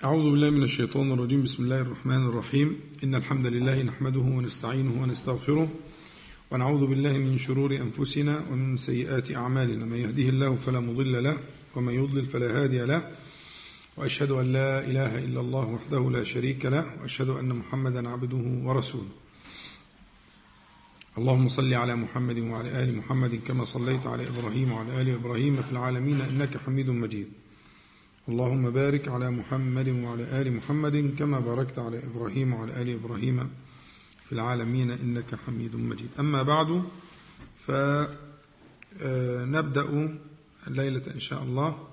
أعوذ بالله من الشيطان الرجيم. بسم الله الرحمن الرحيم. إن الحمد لله نحمده ونستعينه ونستغفره ونعوذ بالله من شرور أنفسنا ومن سيئات أعمالنا. من يهده الله فلا مضل له ومن يضلل فلا هادي له، وأشهد أن لا إله إلا الله وحده لا شريك له، وأشهد أن محمدا عبده ورسوله. اللهم صل على محمد وعلى آل محمد كما صليت على إبراهيم وعلى آل إبراهيم في العالمين إنك حميد مجيد. اللهم بارك على محمد وعلى آل محمد كما باركت على إبراهيم وعلى آل إبراهيم في العالمين إنك حميد مجيد. أما بعد، فنبدأ الليلة إن شاء الله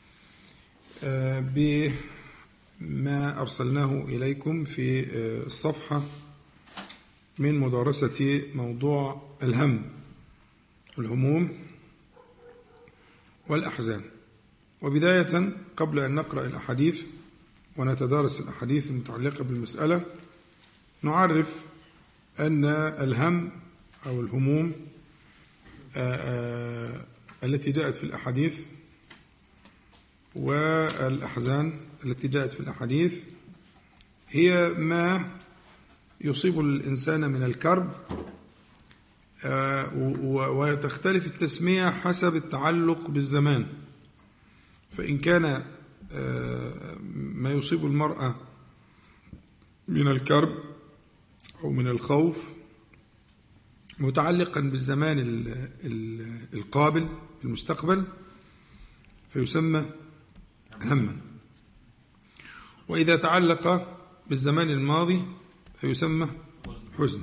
بما أرسلناه إليكم في الصفحة من مدارسة موضوع الهموم والأحزان. وبداية قبل أن نقرأ الأحاديث ونتدارس الأحاديث المتعلقة بالمسألة، نعرف أن الهم أو الهموم التي جاءت في الأحاديث والأحزان التي جاءت في الأحاديث هي ما يصيب الإنسان من الكرب، وتختلف التسمية حسب التعلق بالزمان. فإن كان ما يصيب المرأة من الكرب أو من الخوف متعلقا بالزمان القابل المستقبل فيسمى هما، وإذا تعلق بالزمان الماضي فيسمى حزنا.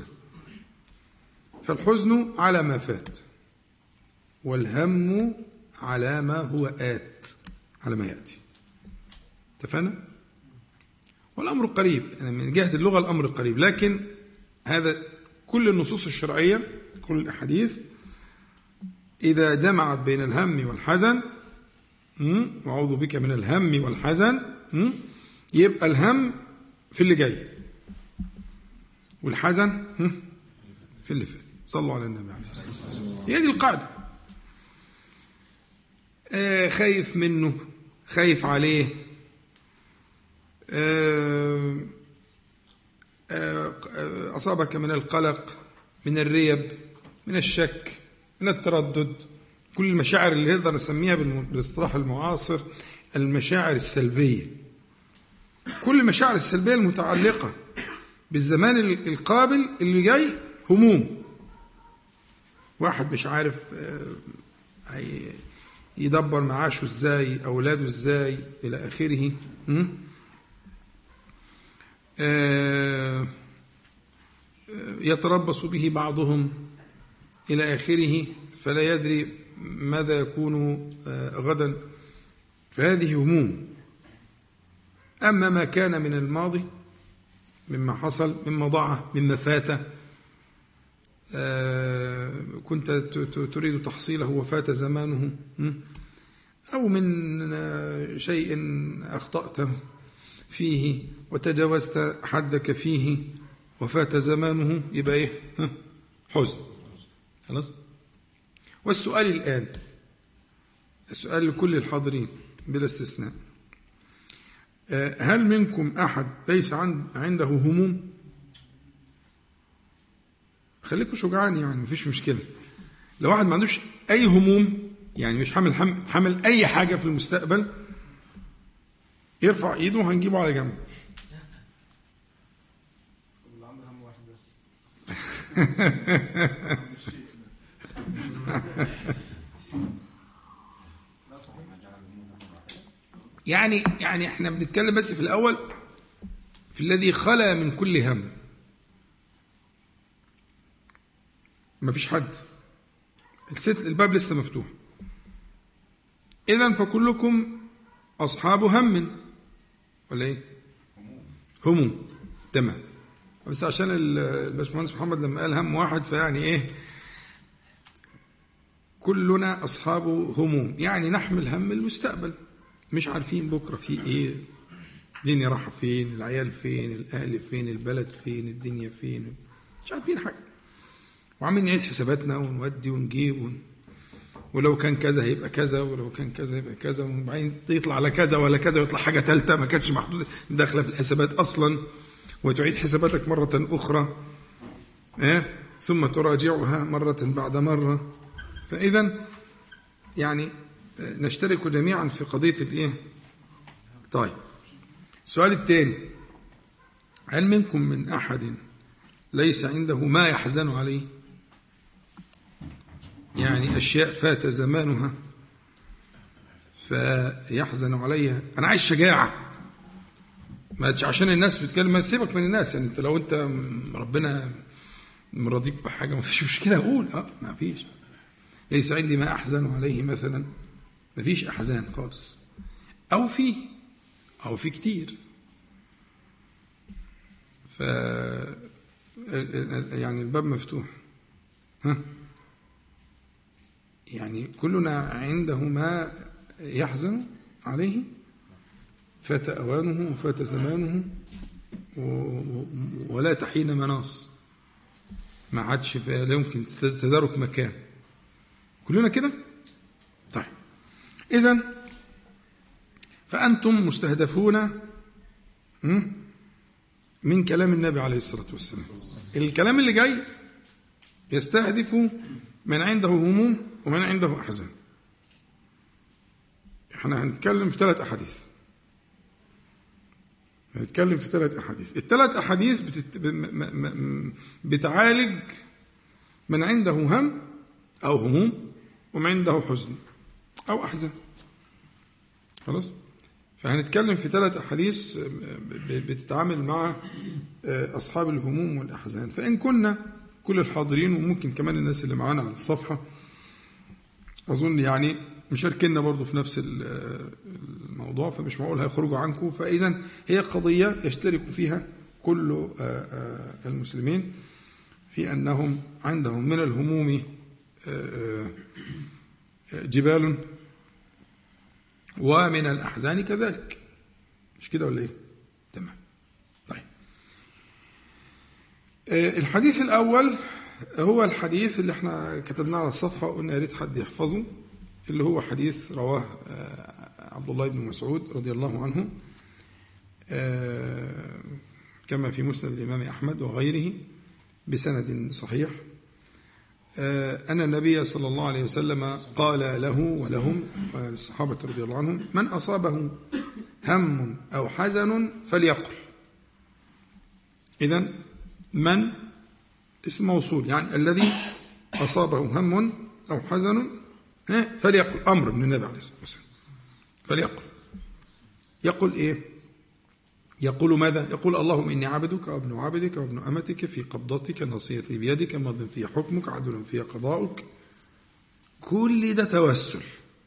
فالحزن على ما فات، والهم على ما هو آت، على ما يأتي. اتفقنا؟ والأمر قريب، يعني من جهة اللغة الأمر قريب، لكن هذا كل النصوص الشرعية، كل الأحاديث إذا جمعت بين الهم والحزن، وأعوذ بك من الهم والحزن، يبقى الهم في اللي جاي والحزن في اللي فات. صلوا على النبي عليه الصلاة والسلام. هي دي القاعدة. خايف منه، خايف عليه، أصابك من القلق، من الريب، من الشك، من التردد، كل المشاعر اللي نقدر نسميها بالاصطلاح المعاصر المشاعر السلبية. كل المشاعر السلبية المتعلقة بالزمان القابل اللي جاي هموم. واحد مش عارف يدبر معاشه ازاي، اولاده ازاي، الى اخره. يتربص به بعضهم الى اخره، فلا يدري ماذا يكون غدا. فهذه هموم. اما ما كان من الماضي مما حصل، مما ضاع، مما فات، كنت تريد تحصيله وفات زمانه، أو من شيء أخطأت فيه وتجاوزت حدك فيه وفات زمانه، يبقى إيه؟ حزن. خلاص. والسؤال الآن، السؤال لكل الحاضرين بلا استثناء، هل منكم أحد ليس عنده هموم؟ خليكوا شجعان، يعني مفيش مشكلة. لو واحد ما عندوش أي هموم، يعني مش حامل أي حاجة في المستقبل، يرفع إيده وهنجيبه على جنب. يعني احنا بنتكلم بس في الأول في الذي خلا من كل هم. ما فيش حد، الباب لسه مفتوح. إذن فكلكم أصحاب هم، ولا إيه؟ هموم. تمام. بس عشان الباشمهندس محمد لما قال هم واحد، فيعني إيه؟ كلنا أصحاب هموم، يعني نحمل هم المستقبل، مش عارفين بكرة في إيه، الدنيا راح فين، العيال فين، الأهل فين، البلد فين، الدنيا فين، مش عارفين حاجة، وعاملين نعيد حساباتنا ونودي ونجيب ولو كان كذا هيبقى كذا، ولو كان كذا يبقى كذا، وبعدين يطلع على كذا ولا كذا ويطلع حاجة ثالثة ما كانتش محدودة داخلة في الحسابات أصلا، وتعيد حساباتك مرة أخرى ثم تراجعها مرة بعد مرة. فإذا يعني نشترك جميعا في قضية الإيه. طيب السؤال الثاني: هل منكم من أحد ليس عنده ما يحزن عليه؟ يعني أشياء فات زمانها فيحزن عليها. أنا عايز شجاعة، ما عشان الناس بتتكلم، ما تسيبك من الناس. يعني انت لو انت ربنا مرضيك بحاجة ما فيش مشكلة، أقول ما فيش. ليس عندي ما أحزن عليه مثلا، ما فيش أحزان خالص، أو في كتير. يعني الباب مفتوح. يعني كلنا عنده ما يحزن عليه، فات أوانه وفات زمانه ولا تحين مناص، ما عادش لا يمكن تدارك مكان. كلنا كده. طيب إذن فأنتم مستهدفون من كلام النبي عليه الصلاة والسلام. الكلام اللي جاي يستهدف من عنده هموم ومن عنده أحزان. احنا هنتكلم في 3 أحاديث. هنتكلم في 3 أحاديث. ال3 أحاديث بتعالج من عنده هم أو هموم ومن عنده حزن أو أحزان. خلاص. فهنتكلم في 3 أحاديث بتتعامل مع أصحاب الهموم والأحزان. فإن كنا كل الحاضرين وممكن كمان الناس اللي معانا على الصفحة أظن يعني مشاركينا برضو في نفس الموضوع، فمش معقول هيخرجوا عنكم. فإذا هي قضية يشترك فيها كل المسلمين في أنهم عندهم من الهموم جبال ومن الأحزان كذلك. مش كده ولا إيه؟ تمام. طيب الحديث الأول هو الحديث اللي احنا كتبناه على الصفحة وقلنا يا ريت حد يحفظه، اللي هو حديث رواه عبد الله بن مسعود رضي الله عنه كما في مسند الإمام أحمد وغيره بسند صحيح، أن النبي صلى الله عليه وسلم قال له ولهم الصحابة رضي الله عنهم: من أصابه هم أو حزن فليقل. إذن من اسم موصول، يعني الذي أصابه هم أو حزن فليقل. أمر من النبي عليه الصلاة والسلام. فليقل. يقول إيه؟ يقول ماذا؟ يقول: اللهم إني عبدك وابن عبدك وابن أمتك في قبضتك ناصيتي بيدك ماض في حكمك عدل في قضاؤك. كل ده توسل.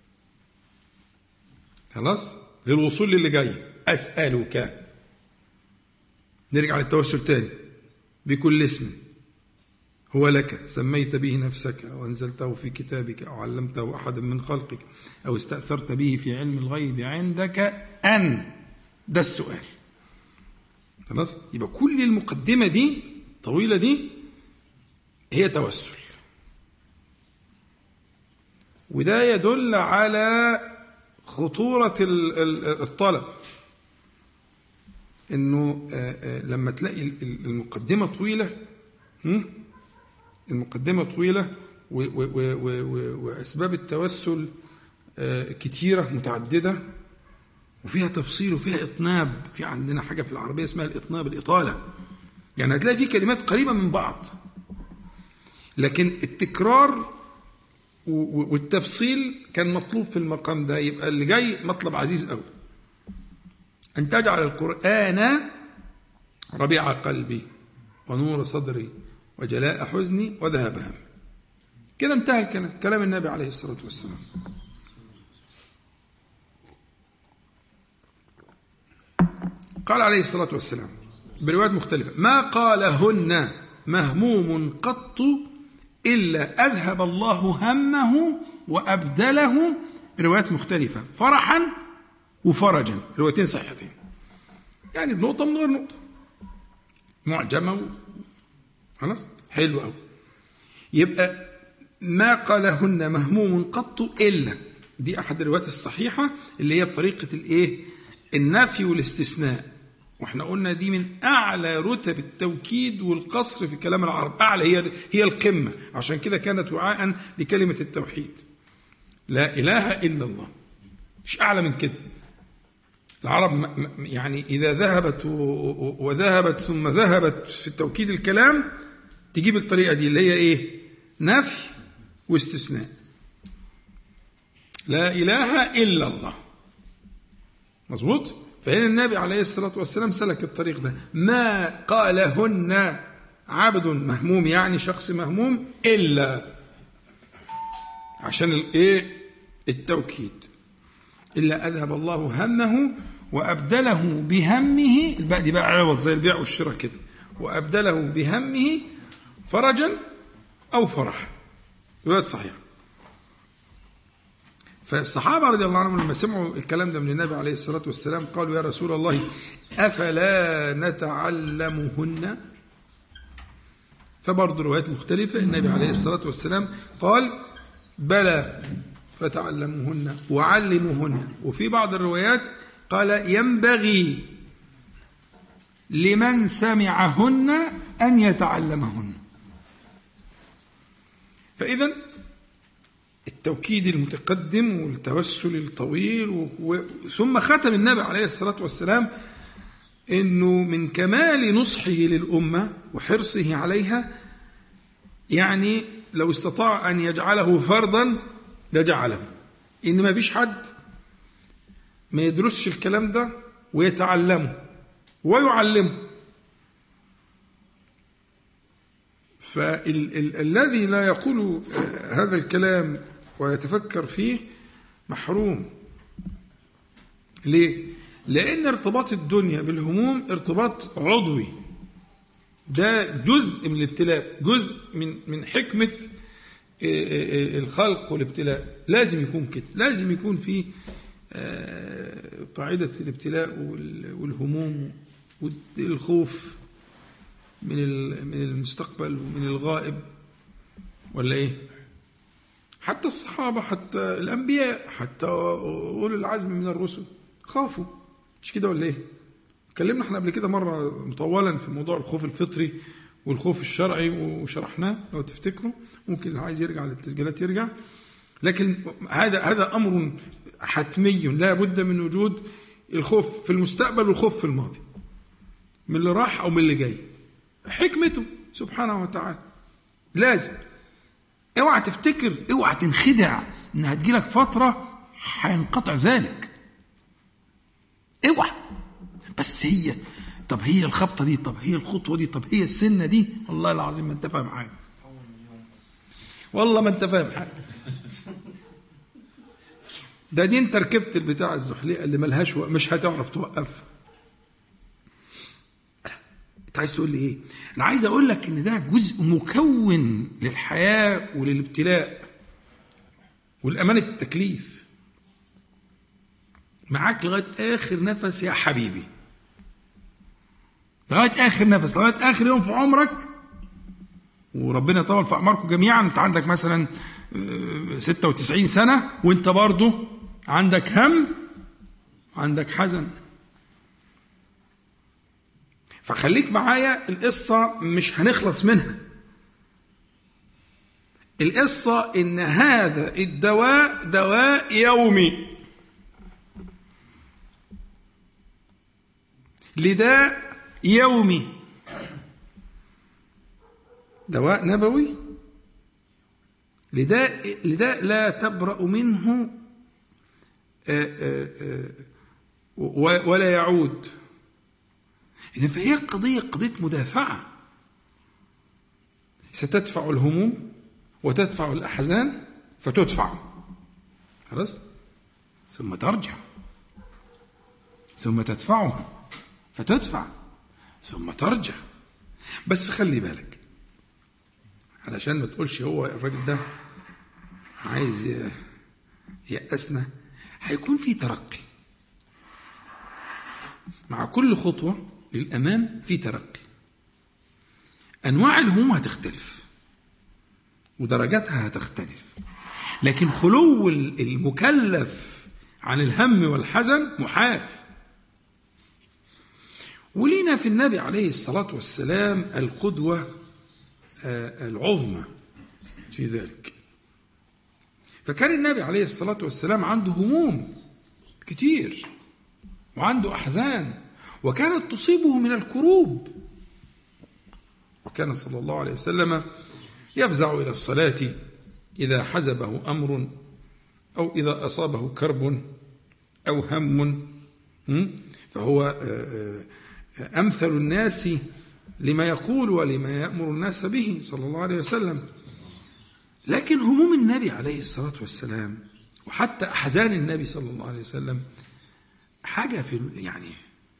خلاص؟ للوصول للي جاي. أسألك. نرجع للتوسل تاني. بكل اسم هو لك سميت به نفسك أو أنزلته في كتابك أو علمته أحدا من خلقك أو استأثرت به في علم الغيب عندك أن. ده السؤال. خلاص. يبقى كل المقدمة دي طويلة دي هي توسل، وده يدل على خطورة الطلب. إنه لما تلاقي المقدمة طويلة، المقدمة طويلة وأسباب التوسل كتيرة متعددة وفيها تفصيل وفيها إطناب. في عندنا حاجة في العربية اسمها الإطناب، الإطالة. يعني هتلاقي في كلمات قريبة من بعض، لكن التكرار والتفصيل كان مطلوب في المقام ده. يبقى اللي جاي مطلب عزيز قوي: أن تجعل القرآن ربيع قلبي ونور صدري وجلاء حزني وذهاب همي. كده انتهى الكلام. كلام النبي عليه الصلاة والسلام. قال عليه الصلاة والسلام بروايات مختلفة: ما قالهن مهموم قط إلا أذهب الله همه وأبدله، روايات مختلفة، فرحا وفرجا، روايتين صحيحتين، يعني بنقطة من غير نقطة، معجمة. خلاص. حلو قوي. يبقى ما قالهن مهموم قط إلا، دي أحد الروايات الصحيحة اللي هي بطريقة النفي والاستثناء، واحنا قلنا دي من أعلى رتب التوكيد والقصر في كلام العرب، أعلى، هي القمة، عشان كده كانت وعاء لكلمة التوحيد، لا إله إلا الله، مش أعلى من كده. العرب يعني إذا ذهبت وذهبت ثم ذهبت في التوكيد الكلام تجيب الطريقة دي اللي هي نفي واستثناء، لا إله إلا الله، مظبوط. فهنا النبي عليه الصلاة والسلام سلك الطريق ده، ما قالهن عبد مهموم، يعني شخص مهموم، إلا عشان التوكيد، إلا أذهب الله همه وأبدله بهمه، الباء دي بقى عوض زي البيع والشراء كده، وأبدله بهمه فرجا أو فرحا، رواية صحيح. فالصحابة رضي الله عنهم لما سمعوا الكلام ده من النبي عليه الصلاة والسلام قالوا يا رسول الله أفلا نتعلمهن؟ فبرضه روايات مختلفة، النبي عليه الصلاة والسلام قال بلى فتعلموهن وعلموهن، وفي بعض الروايات قال ينبغي لمن سمعهن أن يتعلمهن. فإذا التوكيد المتقدم والتوسل الطويل، ثم ختم النبي عليه الصلاة والسلام إنه من كمال نصحه للأمة وحرصه عليها، يعني لو استطاع أن يجعله فرضا لجعله، إن ما فيش حد ما يدرسش الكلام ده ويتعلمه ويعلمه. فالذي لا يقول هذا الكلام ويتفكر فيه محروم. ليه؟ لأن ارتباط الدنيا بالهموم ارتباط عضوي، ده جزء من الابتلاء، جزء من حكمة الخلق والابتلاء، لازم يكون كده، لازم يكون في قاعدة الابتلاء والهموم والخوف من المستقبل ومن الغائب، ولا ايه؟ حتى الصحابة، حتى الأنبياء، حتى أولي العزم من الرسل خافوا، مش كده ولا ايه؟ اتكلمنا احنا قبل كده مرة مطولا في موضوع الخوف الفطري والخوف الشرعي وشرحناه لو تفتكروا، ممكن اللي عايز يرجع للتسجيلات يرجع. لكن هذا أمر حتمي لا بد من وجود الخوف في المستقبل والخوف في الماضي، من اللي راح أو من اللي جاي، حكمته سبحانه وتعالى. لازم اوعى تفتكر، اوعى تنخدع ان هتجيلك فترة هينقطع ذلك، اوعى. بس طب هي الخبطة دي، طب هي الخطوة دي، طب هي السنة دي، والله العظيم ما انت فاهم حاجة، والله ما انت فاهم حاجة. دي انت ركبت البتاع الزحليقة اللي ملهاش مش هتعرف توقف. انت عايز تقول لي ايه؟ انا عايز اقول لك ان ده جزء مكون للحياة وللابتلاء والأمانة التكليف، معاك لغاية آخر نفس يا حبيبي، لغاية آخر نفس، لغاية آخر يوم في عمرك، وربنا يطول في أعماركم جميعا. انت عندك مثلا 96 سنة وانت برضو عندك هم، عندك حزن. فخليك معايا، القصة مش هنخلص منها. القصة إن هذا الدواء دواء يومي لداء يومي، دواء نبوي لداء لا تبرأ منه ولا يعود. إذن فهي قضية مدافعة، ستدفع الهموم وتدفع الأحزان فتدفع، خلاص، ثم ترجع، ثم تدفعها فتدفع، ثم ترجع. بس خلي بالك علشان ما تقولش هو الراجل ده عايز يأسنا، هيكون في ترقي مع كل خطوة للأمام، في ترقي. أنواع الهموم هتختلف ودرجاتها هتختلف، لكن خلو المكلف عن الهم والحزن محال. ولينا في النبي عليه الصلاة والسلام القدوة العظمى في ذلك. فكان النبي عليه الصلاة والسلام عنده هموم كتير وعنده أحزان، وكانت تصيبه من الكروب، وكان صلى الله عليه وسلم يفزع إلى الصلاة إذا حزبه أمر أو إذا أصابه كرب أو هم، فهو أمثل الناس لما يقول ولما يأمر الناس به صلى الله عليه وسلم. لكن هموم النبي عليه الصلاة والسلام وحتى أحزان النبي صلى الله عليه وسلم حاجة في يعني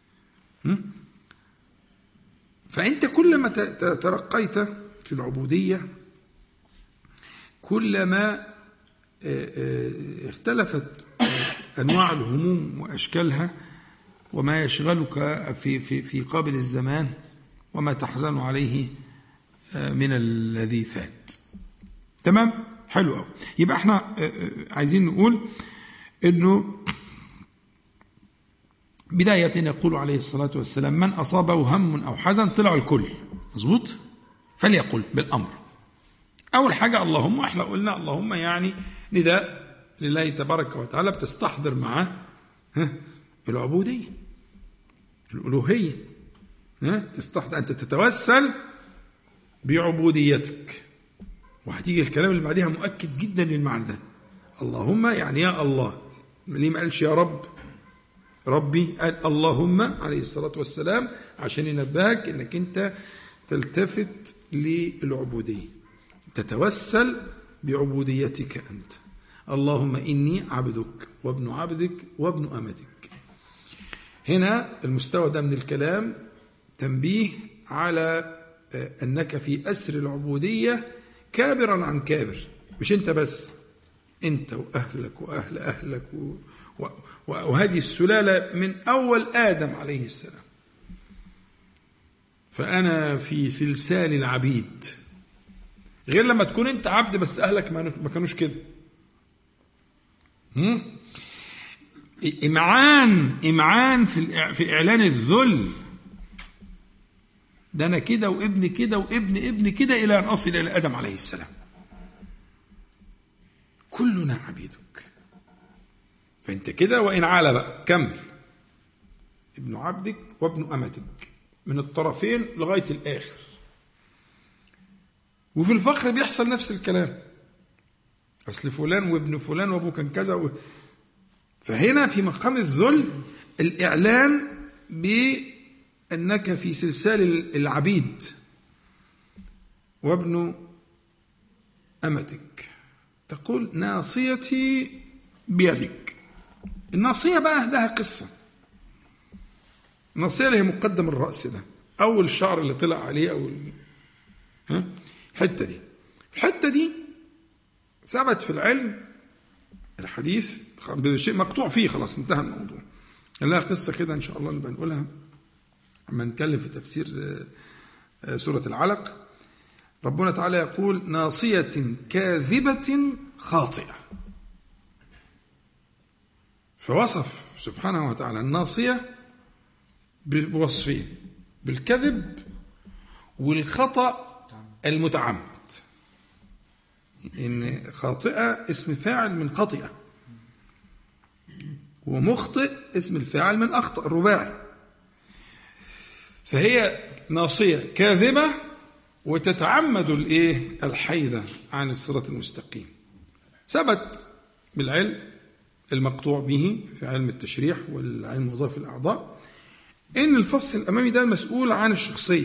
فأنت كلما ترقيت في العبودية كلما اختلفت أنواع الهموم وأشكالها وما يشغلك في قابل الزمان وما تحزن عليه من الذي فات. تمام؟ حلو قوي. يبقى احنا عايزين نقول انه بداية يقول عليه الصلاة والسلام من أصابه هم أو حزن، طلع الكل مظبوط، فليقل بالأمر. أول حاجة اللهم، احنا قلنا اللهم يعني نداء لله تبارك وتعالى بتستحضر معاه العبودية الألوهية، تستحضر أنت تتوسل بعبوديتك، وهتيجي الكلام اللي بعدها مؤكد جدا للمعنى ده. اللهم يعني يا الله، ليه ما قالش يا رب ربي؟ قال اللهم عليه الصلاة والسلام عشان ينبهك انك انت تلتفت للعبودية، تتوسل بعبوديتك أنت. اللهم إني عبدك وابن عبدك وابن أمتك. هنا المستوى ده من الكلام تنبيه على أنك في أسر العبودية كابرا عن كابر، مش أنت بس، أنت وأهلك وأهل أهلك وهذه السلالة من أول آدم عليه السلام. فأنا في سلسال العبيد، غير لما تكون أنت عبد بس أهلك ما كانوش كده. إمعان في إعلان الذل، ده أنا كده وابن كده وابن كده إلى أن أصل إلى آدم عليه السلام. كلنا عبيدك، فأنت كده وإن عالى بقى كمل، ابن عبدك وابن أمتك من الطرفين لغاية الآخر. وفي الفخر بيحصل نفس الكلام، أصل فلان وابن فلان وابوه كان كذا فهنا في مقام الذل الإعلان بأنك في سلسال العبيد وابن أمتك. تقول ناصيتي بيدك. الناصية بقى لها قصة. الناصية اللي هي مقدم الرأس ده، أول الشعر اللي طلع عليه، أو الحتة دي ثبت في العلم الحديث بشيء مقطوع فيه، خلاص انتهى الموضوع. لها قصة كده إن شاء الله نبقى نقولها لما نتكلم في تفسير سورة العلق. ربنا تعالى يقول ناصية كاذبة خاطئة، فوصف سبحانه وتعالى الناصية بوصفين، بالكذب والخطأ المتعمد. إن خاطئة اسم فاعل من خطئة، ومخطئ اسم الفاعل من أخطأ، الرباعي. فهي ناصية كاذبة وتتعمد الحيدة عن الصراط المستقيم. ثبت بالعلم المقطوع به في علم التشريح والعلم وظائف الأعضاء إن الفص الأمامي ده مسؤول عن الشخصية،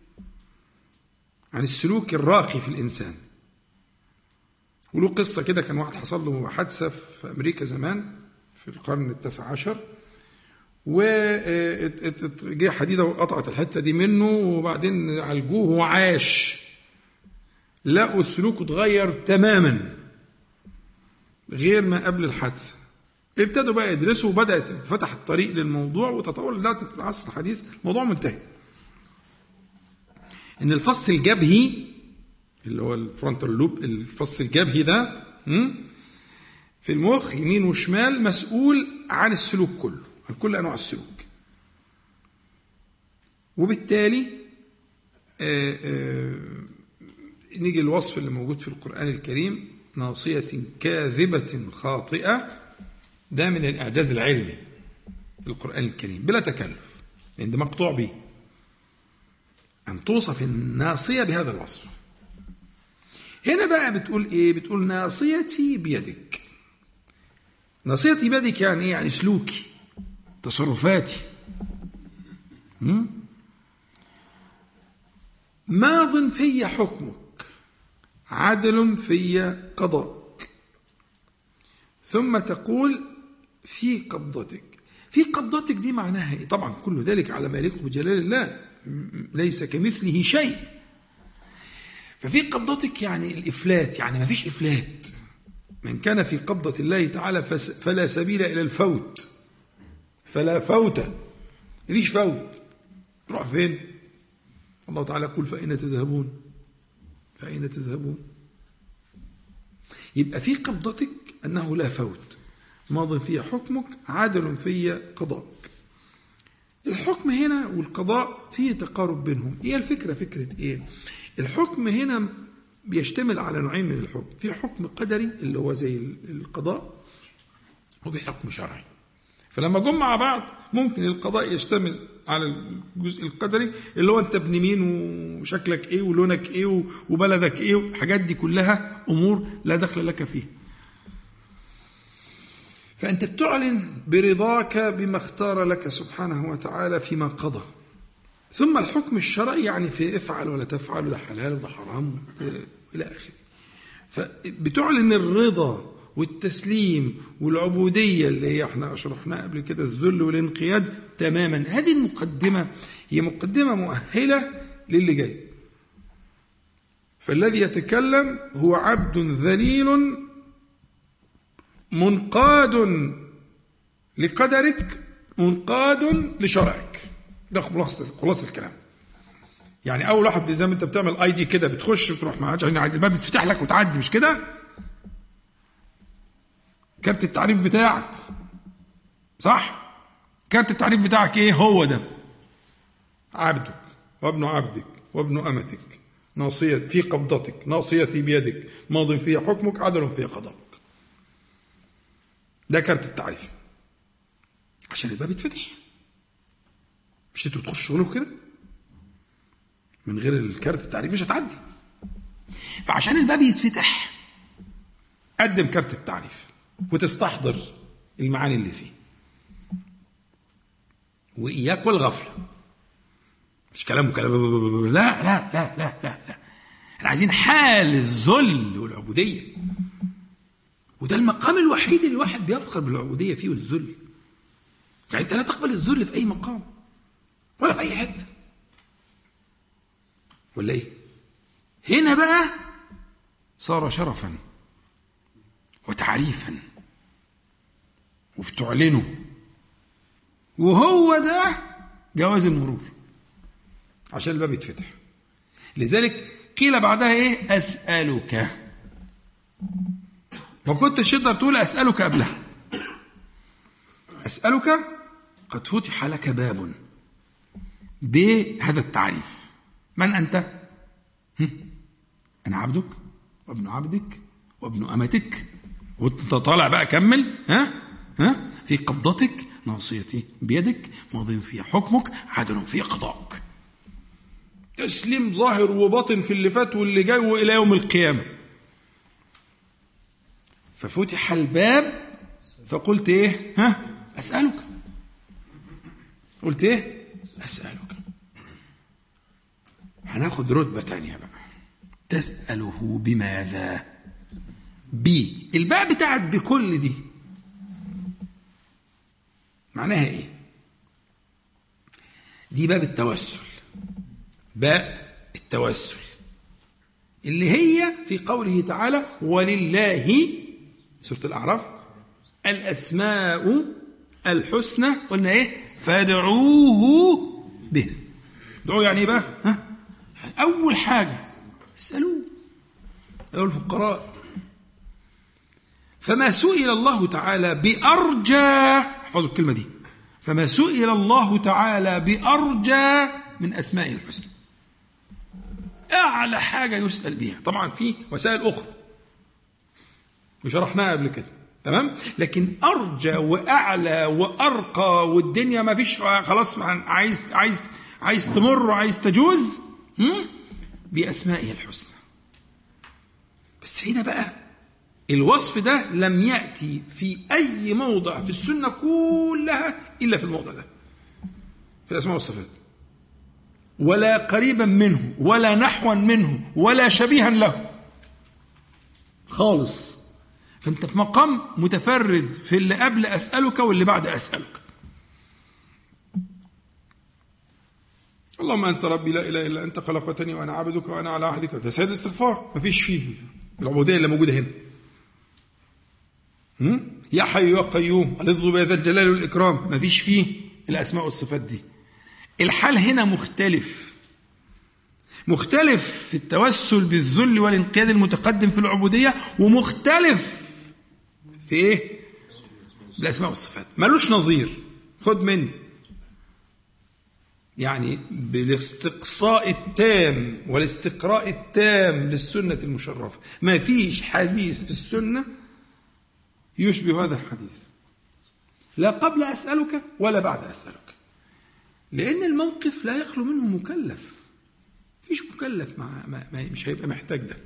عن السلوك الراقي في الإنسان. وله قصة كده، كان واحد حصل له حادثة في أمريكا زمان في القرن 19، وجه حديدة وقطعت الحتة دي منه، وبعدين عالجوه وعاش، لقوا السلوك اتغير تماما غير ما قبل الحادثة. ابتدوا بقى يدرسوا، وبدأت فتح الطريق للموضوع وتطور دلوقتي في العصر الحديث الموضوع منتهي. إن الفص الجبهي اللي هو الفرونتال لوب، الفص الجبهي ده في المخ يمين وشمال، مسؤول عن السلوك كله، عن كل أنواع السلوك. وبالتالي نيجي الوصف اللي موجود في القرآن الكريم: ناصية كاذبة خاطئة. ده من الإعجاز العلمي القرآن الكريم بلا تكلف، لأن ده مقطوع به أن توصف الناصية بهذا الوصف. هنا بقى بتقول إيه؟ بتقول ناصيتي بيدك. ناصيتي بيدك يعني إيه؟ يعني سلوكي، تصرفاتي. ماض في حكمك، عدل في قضاءك. ثم تقول في قبضتك. في قبضتك دي معناها إيه؟ طبعا كل ذلك على ما يليق بجلال الله، ليس كمثله شيء. ففي قبضتك يعني الإفلات، يعني ما فيش إفلات. من كان في قبضة الله تعالى فلا سبيل إلى الفوت، فلا فوت، ما فيش فوت. تروح فين؟ الله تعالى يقول: فأين تذهبون؟ فأين تذهبون؟ يبقى في قبضتك أنه لا فوت، ماض في حكمك، عادل في قضاءك. الحكم هنا والقضاء فيه تقارب بينهم. هي الفكرة فكرة إيه؟ الحكم هنا بيشتمل على نوعين من الحكم: في حكم قدري اللي هو زي القضاء، وفي حكم شرعي. فلما جم مع بعض ممكن القضاء يشتمل على الجزء القدري اللي هو انت ابن مين وشكلك ايه ولونك ايه وبلدك ايه، والحاجات دي كلها امور لا دخل لك فيها. فانت بتعلن برضاك بما اختار لك سبحانه وتعالى فيما قضى. ثم الحكم الشرعي يعني في افعل ولا تفعل، وده حلال وده حرام الى اخره. فبتعلن الرضا والتسليم والعبودية اللي هي احنا شرحناها قبل كده، الذل والانقياد تماما. هذه المقدمة هي مقدمة مؤهلة للي جاي. فالذي يتكلم هو عبد ذليل منقاد لقدرك، منقاد لشرعك. ده خلاص الكلام. يعني اول واحد زي ما انت بتعمل اي دي كده، بتخش بتروح معاك الباب بتفتح لك وتعدي، مش كده؟ كارت التعريف بتاعك صح؟ كارت التعريف بتاعك ايه؟ هو ده: عبدك وابن عبدك وابن امتك، ناصية في قبضتك، ناصيتي بيدك، ماض في حكمك، عدل في قضاءك. ده كارت التعريف عشان الباب يتفتح. مش انتوا بتخش شغلكم كده من غير الكارت التعريف مش هتعدي. فعشان الباب يتفتح قدم كارت التعريف وتستحضر المعاني اللي فيه. وإياك والغفلة، مش كلام لا لا لا لا لا لا. احنا عايزين حال الذل والعبودية، وده المقام الوحيد اللي الواحد بيفخر بالعبودية فيه والذل. يعني انت لا تقبل الذل في أي مقام ولا في أي حتة، ولا ايه؟ هنا بقى صار شرفا وتعريفا وبتعلنه، وهو ده جواز المرور عشان الباب يتفتح. لذلك قيل بعدها ايه؟ أسألك. ما كنتش تقدر تقول أسألك قبلها. أسألك قد فتح لك باب بهذا التعريف. من أنت؟ أنا عبدك وابن عبدك وابن أمتك. وانت طالع بقى كمل. في قبضتك، ناصيتي بيدك، ماض في حكمك، عدل في قضاءك. تسليم ظاهر وباطن في اللي فات واللي جاي وإلى يوم القيامة. ففتح الباب فقلت ايه؟ أسألك. قلت ايه؟ أسألك. هناخد رتبة تانية بقى. تسأله بماذا؟ بي. الباء بتاعت بكل دي معناها ايه؟ دي باب التوسل، باء التوسل اللي هي في قوله تعالى: ولله، سورة الأعراف، الأسماء الحسنى. قلنا ايه؟ فادعوه به. دعوه يعني ايه بقى؟ أول حاجة اسألوه. أيها الفقراء. فما سئل الله تعالى بأرجى، احفظوا الكلمة دي، فما سئل الله تعالى بأرجى من أسماء الحسنى. أعلى حاجة يسأل بيها، طبعا في وسائل أخرى وشرحناها قبل كده، تمام، لكن أرجى وأعلى وأرقى، والدنيا ما فيش خلاص، عايز تمر وعايز تجوز بأسمائه الحسنى. بس هنا بقى الوصف ده لم يأتي في أي موضع في السنة كلها إلا في الموضع ده، في الأسماء والصفات، ولا قريبا منه ولا نحوا منه ولا شبيها له خالص. فأنت في مقام متفرد في اللي قبل أسألك واللي بعد أسألك. اللهم أنت ربي لا إله إلا أنت خلقتني وأنا عبدك وأنا على عهدك. ده سيد الاستغفار، ما فيش فيه العبودية اللي موجودة هنا. يا حي يا قيوم ألظ بذا الجلال والإكرام، ما فيش فيه الأسماء والصفات دي. الحال هنا مختلف في التوسل بالذل والانقياد المتقدم في العبودية، ومختلف في إيه؟ الأسماء والصفات، ملوش نظير. خد مني يعني بالاستقصاء التام والاستقراء التام للسنة المشرفة، ما فيش حديث في السنة يشبه هذا الحديث، لا قبل أسألك ولا بعد أسألك، لأن الموقف لا يخلو منه مكلف. فيش مكلف مش هيبقى محتاج ده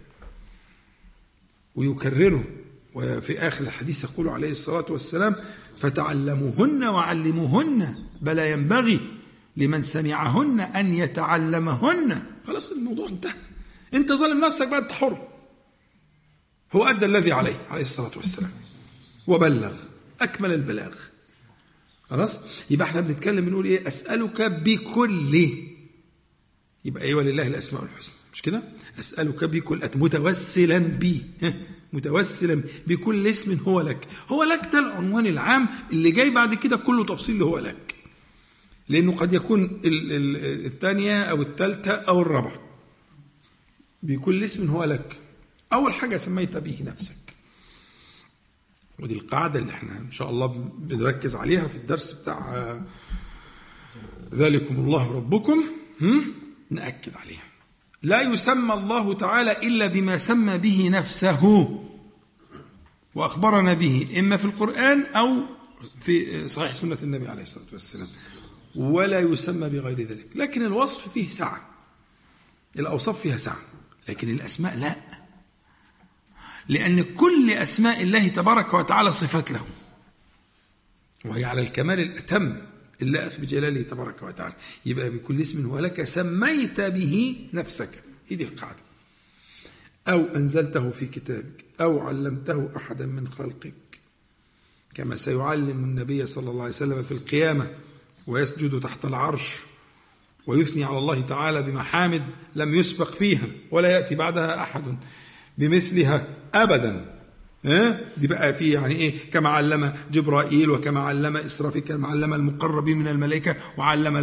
ويكرره. وفي آخر الحديث يقول عليه الصلاة والسلام: فتعلموهن وعلموهن، بل ينبغي لمن سمعهن أن يتعلمهن. خلاص الموضوع انتهى، انت ظالم نفسك بقى، انت حر. هو أدى الذي عليه الصلاة والسلام وبلغ أكمل البلاغ. خلاص، يبقى احنا بنتكلم بنقول ايه؟ أسألك بكل، يبقى ايه؟ ولله الأسماء الحسنى، مش كده؟ أسألك بكل، متوسلا به، متوسلا بكل اسم هو لك. هو لك ده العنوان العام اللي جاي بعد كده كله تفصيل اللي هو لك، لأنه قد يكون الثانية أو الثالثة أو الرابعة. بكل اسم هو لك، أول حاجة سميت به نفسك، ودي القاعدة اللي احنا إن شاء الله بنركز عليها في الدرس بتاع ذلكم الله ربكم، نأكد عليها. لا يسمى الله تعالى إلا بما سمى به نفسه وأخبرنا به، إما في القرآن أو في صحيح سنة النبي عليه الصلاة والسلام، ولا يسمى بغير ذلك. لكن الوصف فيه سعة، الأوصاف فيها سعة، لكن الأسماء لا، لأن كل أسماء الله تبارك وتعالى صفات له، وهي على الكمال الأتم اللائق بجلاله تبارك وتعالى. يبقى بكل اسم هو لك سميت به نفسك، هذه القاعدة، أو أنزلته في كتابك، أو علمته أحدا من خلقك، كما سيعلم النبي صلى الله عليه وسلم في القيامة ويسجد تحت العرش ويثني على الله تعالى بمحامد لم يسبق فيها ولا يأتي بعدها أحد بمثلها أبدا. دي بقى فيه يعني إيه؟ كما علم جبرائيل، وكما علم إسرافيل، كما علم المقربين من الملائكة، وعلم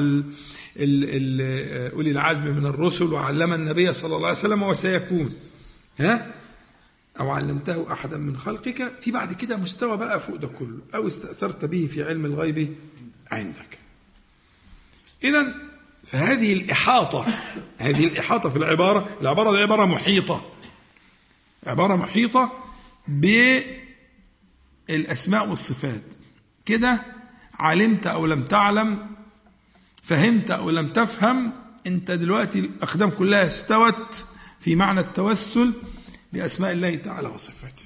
أولي العزم من الرسل، وعلم النبي صلى الله عليه وسلم، وسيكون أو علمته أحدا من خلقك. في بعد كده مستوى بقى فوق ده كله، أو استأثرت به في علم الغيب عندك. إذن فهذه الإحاطة، هذه الإحاطة في العبارة دي عبارة محيطة، عبارة محيطة بالأسماء والصفات. كده علمت أو لم تعلم، فهمت أو لم تفهم، أنت دلوقتي الأقدام كلها استوت في معنى التوسل بأسماء الله تعالى وصفاته.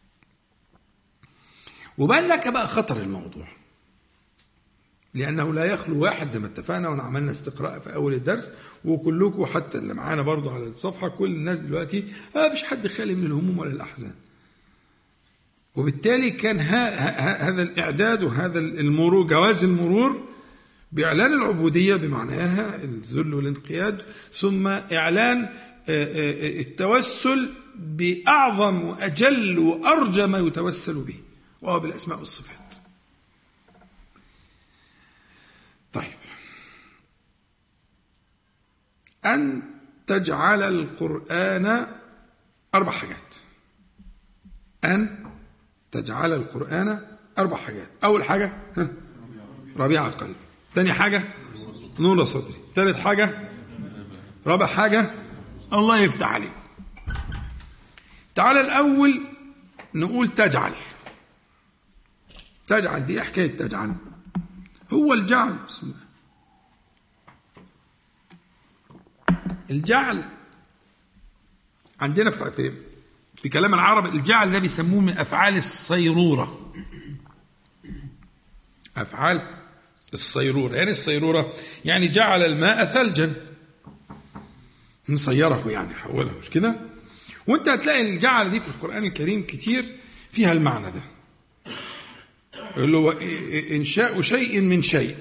وبان لك بقى خطر الموضوع، لأنه لا يخلو واحد زي ما اتفقنا ونعملنا استقراء في أول الدرس، وكلكم حتى اللي معانا برضو على الصفحة، كل الناس دلوقتي ما فيش حد خالي من الهموم ولا الأحزان. وبالتالي كان هذا الإعداد وهذا المرور، جواز المرور بإعلان العبودية بمعناها الذل والانقياد، ثم إعلان التوسل بأعظم وأجل وأرجى ما يتوسل به، وهو بالأسماء والصفات. طيب، أن تجعل القرآن 4 حاجات. أن تجعل القرآن 4 حاجات. أول حاجة ربيع قلبي، ثاني حاجة نور صدري، ثالث حاجة، رابع حاجة الله يفتح عليك. تعال الأول نقول تجعل. تجعل دي حكاية تجعل، هو الجعل. بسم الله. الجعل عندنا في كلام العرب، الجعل ده بيسموه من أفعال الصيرورة. أفعال الصيرورة، يعني الصيرورة يعني جعل الماء ثلجا، نصيره يعني حوله، مش كده؟ وانت هتلاقي الجعل دي في القرآن الكريم كتير فيها المعنى ده، اللي هو إنشاء شيء من شيء.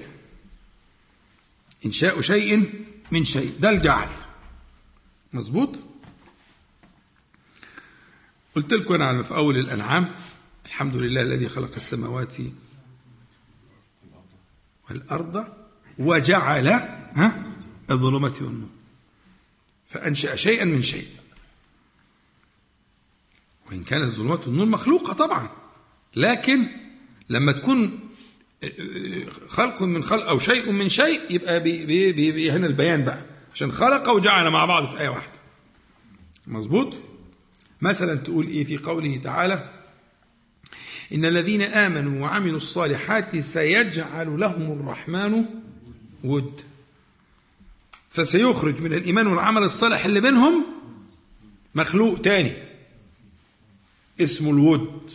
إنشاء شيء من شيء، ده الجعل. مظبوط؟ قلت لكم أنا في أول الأنعام: الحمد لله الذي خلق السماوات والأرض وجعل الظلمات والنور، فأنشأ شيئا من شيء. وإن كانت الظلمات والنور مخلوقة طبعا، لكن لما تكون خلق من خلق أو شيء من شيء يبقى بي هنا البيان بقى، عشان خلق وجعل مع بعض في آية واحدة. مظبوط؟ مثلا تقول إيه في قوله تعالى: إن الذين آمنوا وعملوا الصالحات سيجعل لهم الرحمن ود، فسيخرج من الإيمان والعمل الصالح اللي بينهم مخلوق تاني اسمه الود.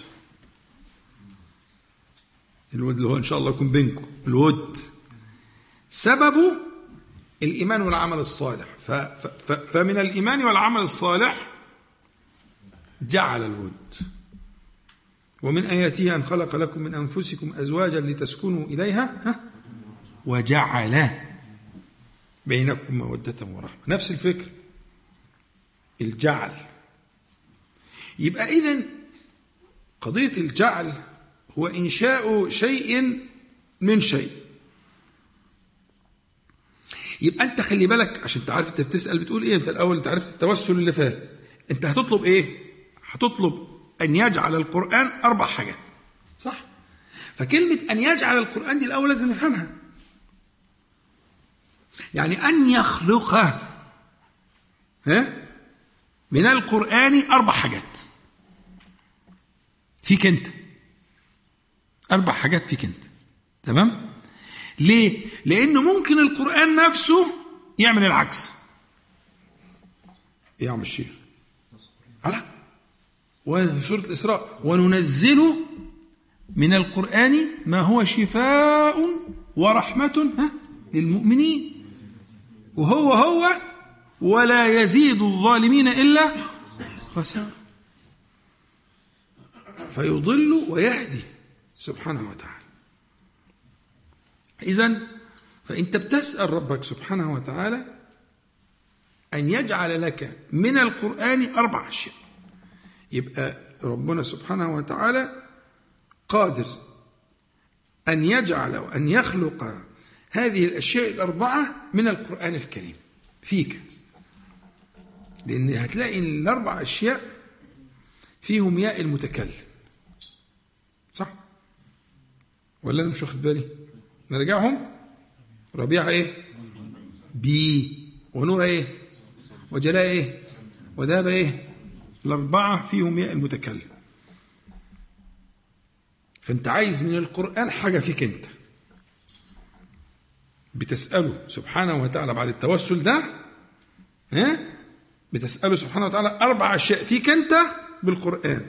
الود اللي هو إن شاء الله يكون بينكم، الود سببه الإيمان والعمل الصالح، فمن الإيمان والعمل الصالح جعل الود. ومن آياته أن خلق لكم من أنفسكم أزواجا لتسكنوا إليها وجعل بينكم مودة ورحمة. نفس الفكر، الجعل. يبقى إذن قضية الجعل هو إنشاء شيء من شيء. يبقى أنت خلي بالك عشان تعرف أنت بتسأل بتقول إيه. أنت الأول أنت عرفت التوسل اللي فات، أنت هتطلب إيه؟ هتطلب أن يجعل القرآن 4 حاجات، صح؟ فكلمة أن يجعل القرآن دي الأول لازم نفهمها، يعني أن يخلق من القرآن 4 حاجات فيك أنت، 4 حاجات فيك أنت. تمام؟ ليه؟ لأنه ممكن القرآن نفسه يعمل العكس. إيه يا عم الشيخ؟ على وسورة الإسراء: وننزل من القرآن ما هو شفاء ورحمة للمؤمنين وهو ولا يزيد الظالمين إلا خسارة. فيضل ويهدي سبحانه وتعالى. إذن فأنت بتسأل ربك سبحانه وتعالى أن يجعل لك من القرآن 4 أشياء. يبقى ربنا سبحانه وتعالى قادر أن يجعل وأن يخلق هذه الأشياء 4 من القرآن الكريم فيك، لأن هتلاقي 4 أشياء فيهم ياء المتكلم، صح؟ ولا أنا مش واخد بالي؟ نرجعهم: ربيع إيه؟ بي، ونور إيه؟ وجلاء إيه؟ وداب إيه؟ 4 فيهم ياء المتكلم. فأنت عايز من القرآن حاجة فيك أنت، بتسأله سبحانه وتعالى بعد التوسل ده، بتسأله سبحانه وتعالى 4 أشياء فيك أنت بالقرآن.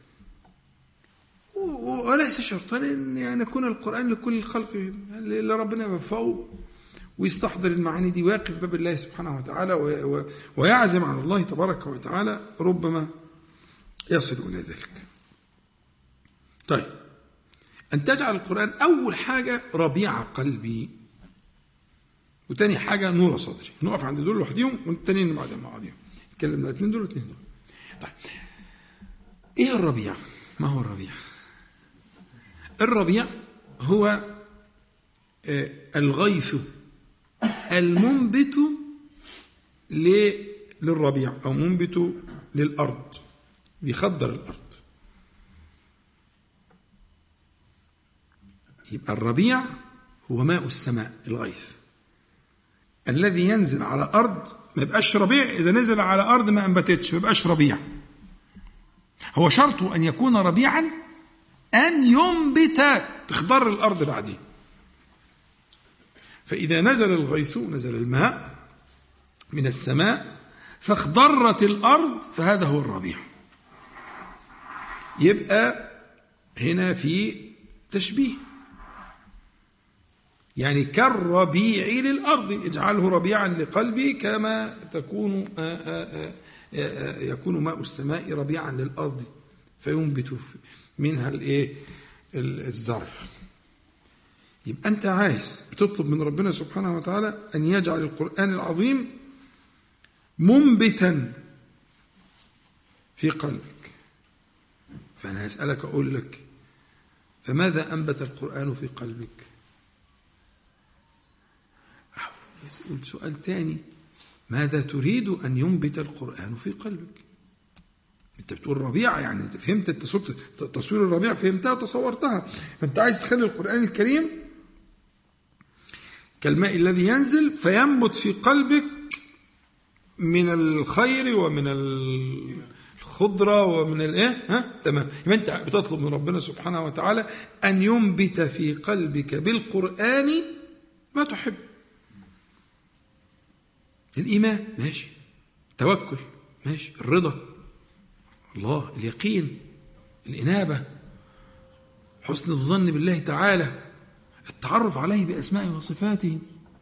وليس شرطا أن يعني يكون القرآن لكل الخلق، اللي ربنا يوفقه ويستحضر المعاني دي ويقف باب الله سبحانه وتعالى ويعزم على الله تبارك وتعالى، ربما يصل إلى ذلك. طيب، أن تجعل القرآن أول حاجة ربيع قلبي، وتاني حاجة نور صدري. نقف عند دول لوحدهم والتانيين بعدين مع بعضهم، نتكلم الاثنين دول والاثنين دول. طيب، إيه الربيع؟ ما هو الربيع؟ الربيع هو الغيث المنبت للربيع أو منبت للأرض بيخضر الأرض. يبقى الربيع هو ماء السماء، الغيث الذي ينزل على أرض. ما يبقاش ربيع إذا نزل على أرض ما أنبتتش، ما يبقاش ربيع. هو شرطه أن يكون ربيعا أن ينبت، تخضر الأرض بعدين. فإذا نزل الغيث، نزل الماء من السماء فاخضرت الأرض، فهذا هو الربيع. يبقى هنا في تشبيه، يعني كالربيع للأرض، اجعله ربيعا لقلبي كما يكون ماء السماء ربيعا للأرض فينبت منها الزرع. يبقى أنت عايز بتطلب من ربنا سبحانه وتعالى أن يجعل القرآن العظيم منبتا في قلبك. فأنا أسألك أقول لك، فماذا أنبت القرآن في قلبك؟ يسأل سؤال تاني، ماذا تريد أن ينبت القرآن في قلبك؟ أنت بتقول ربيع، يعني أنت فهمت تصوير الربيع، فهمتها وتصورتها. فأنت عايز تخلي القرآن الكريم كالماء الذي ينزل فينبت في قلبك من الخير ومن الخضرة ومن تمام. يبقى أنت بتطلب من ربنا سبحانه وتعالى أن ينبت في قلبك بالقرآن ما تحب. الإيمان ماشي، توكل ماشي، الرضا الله، اليقين، الإنابة، حسن الظن بالله تعالى، التعرف عليه بأسمائه وصفاته.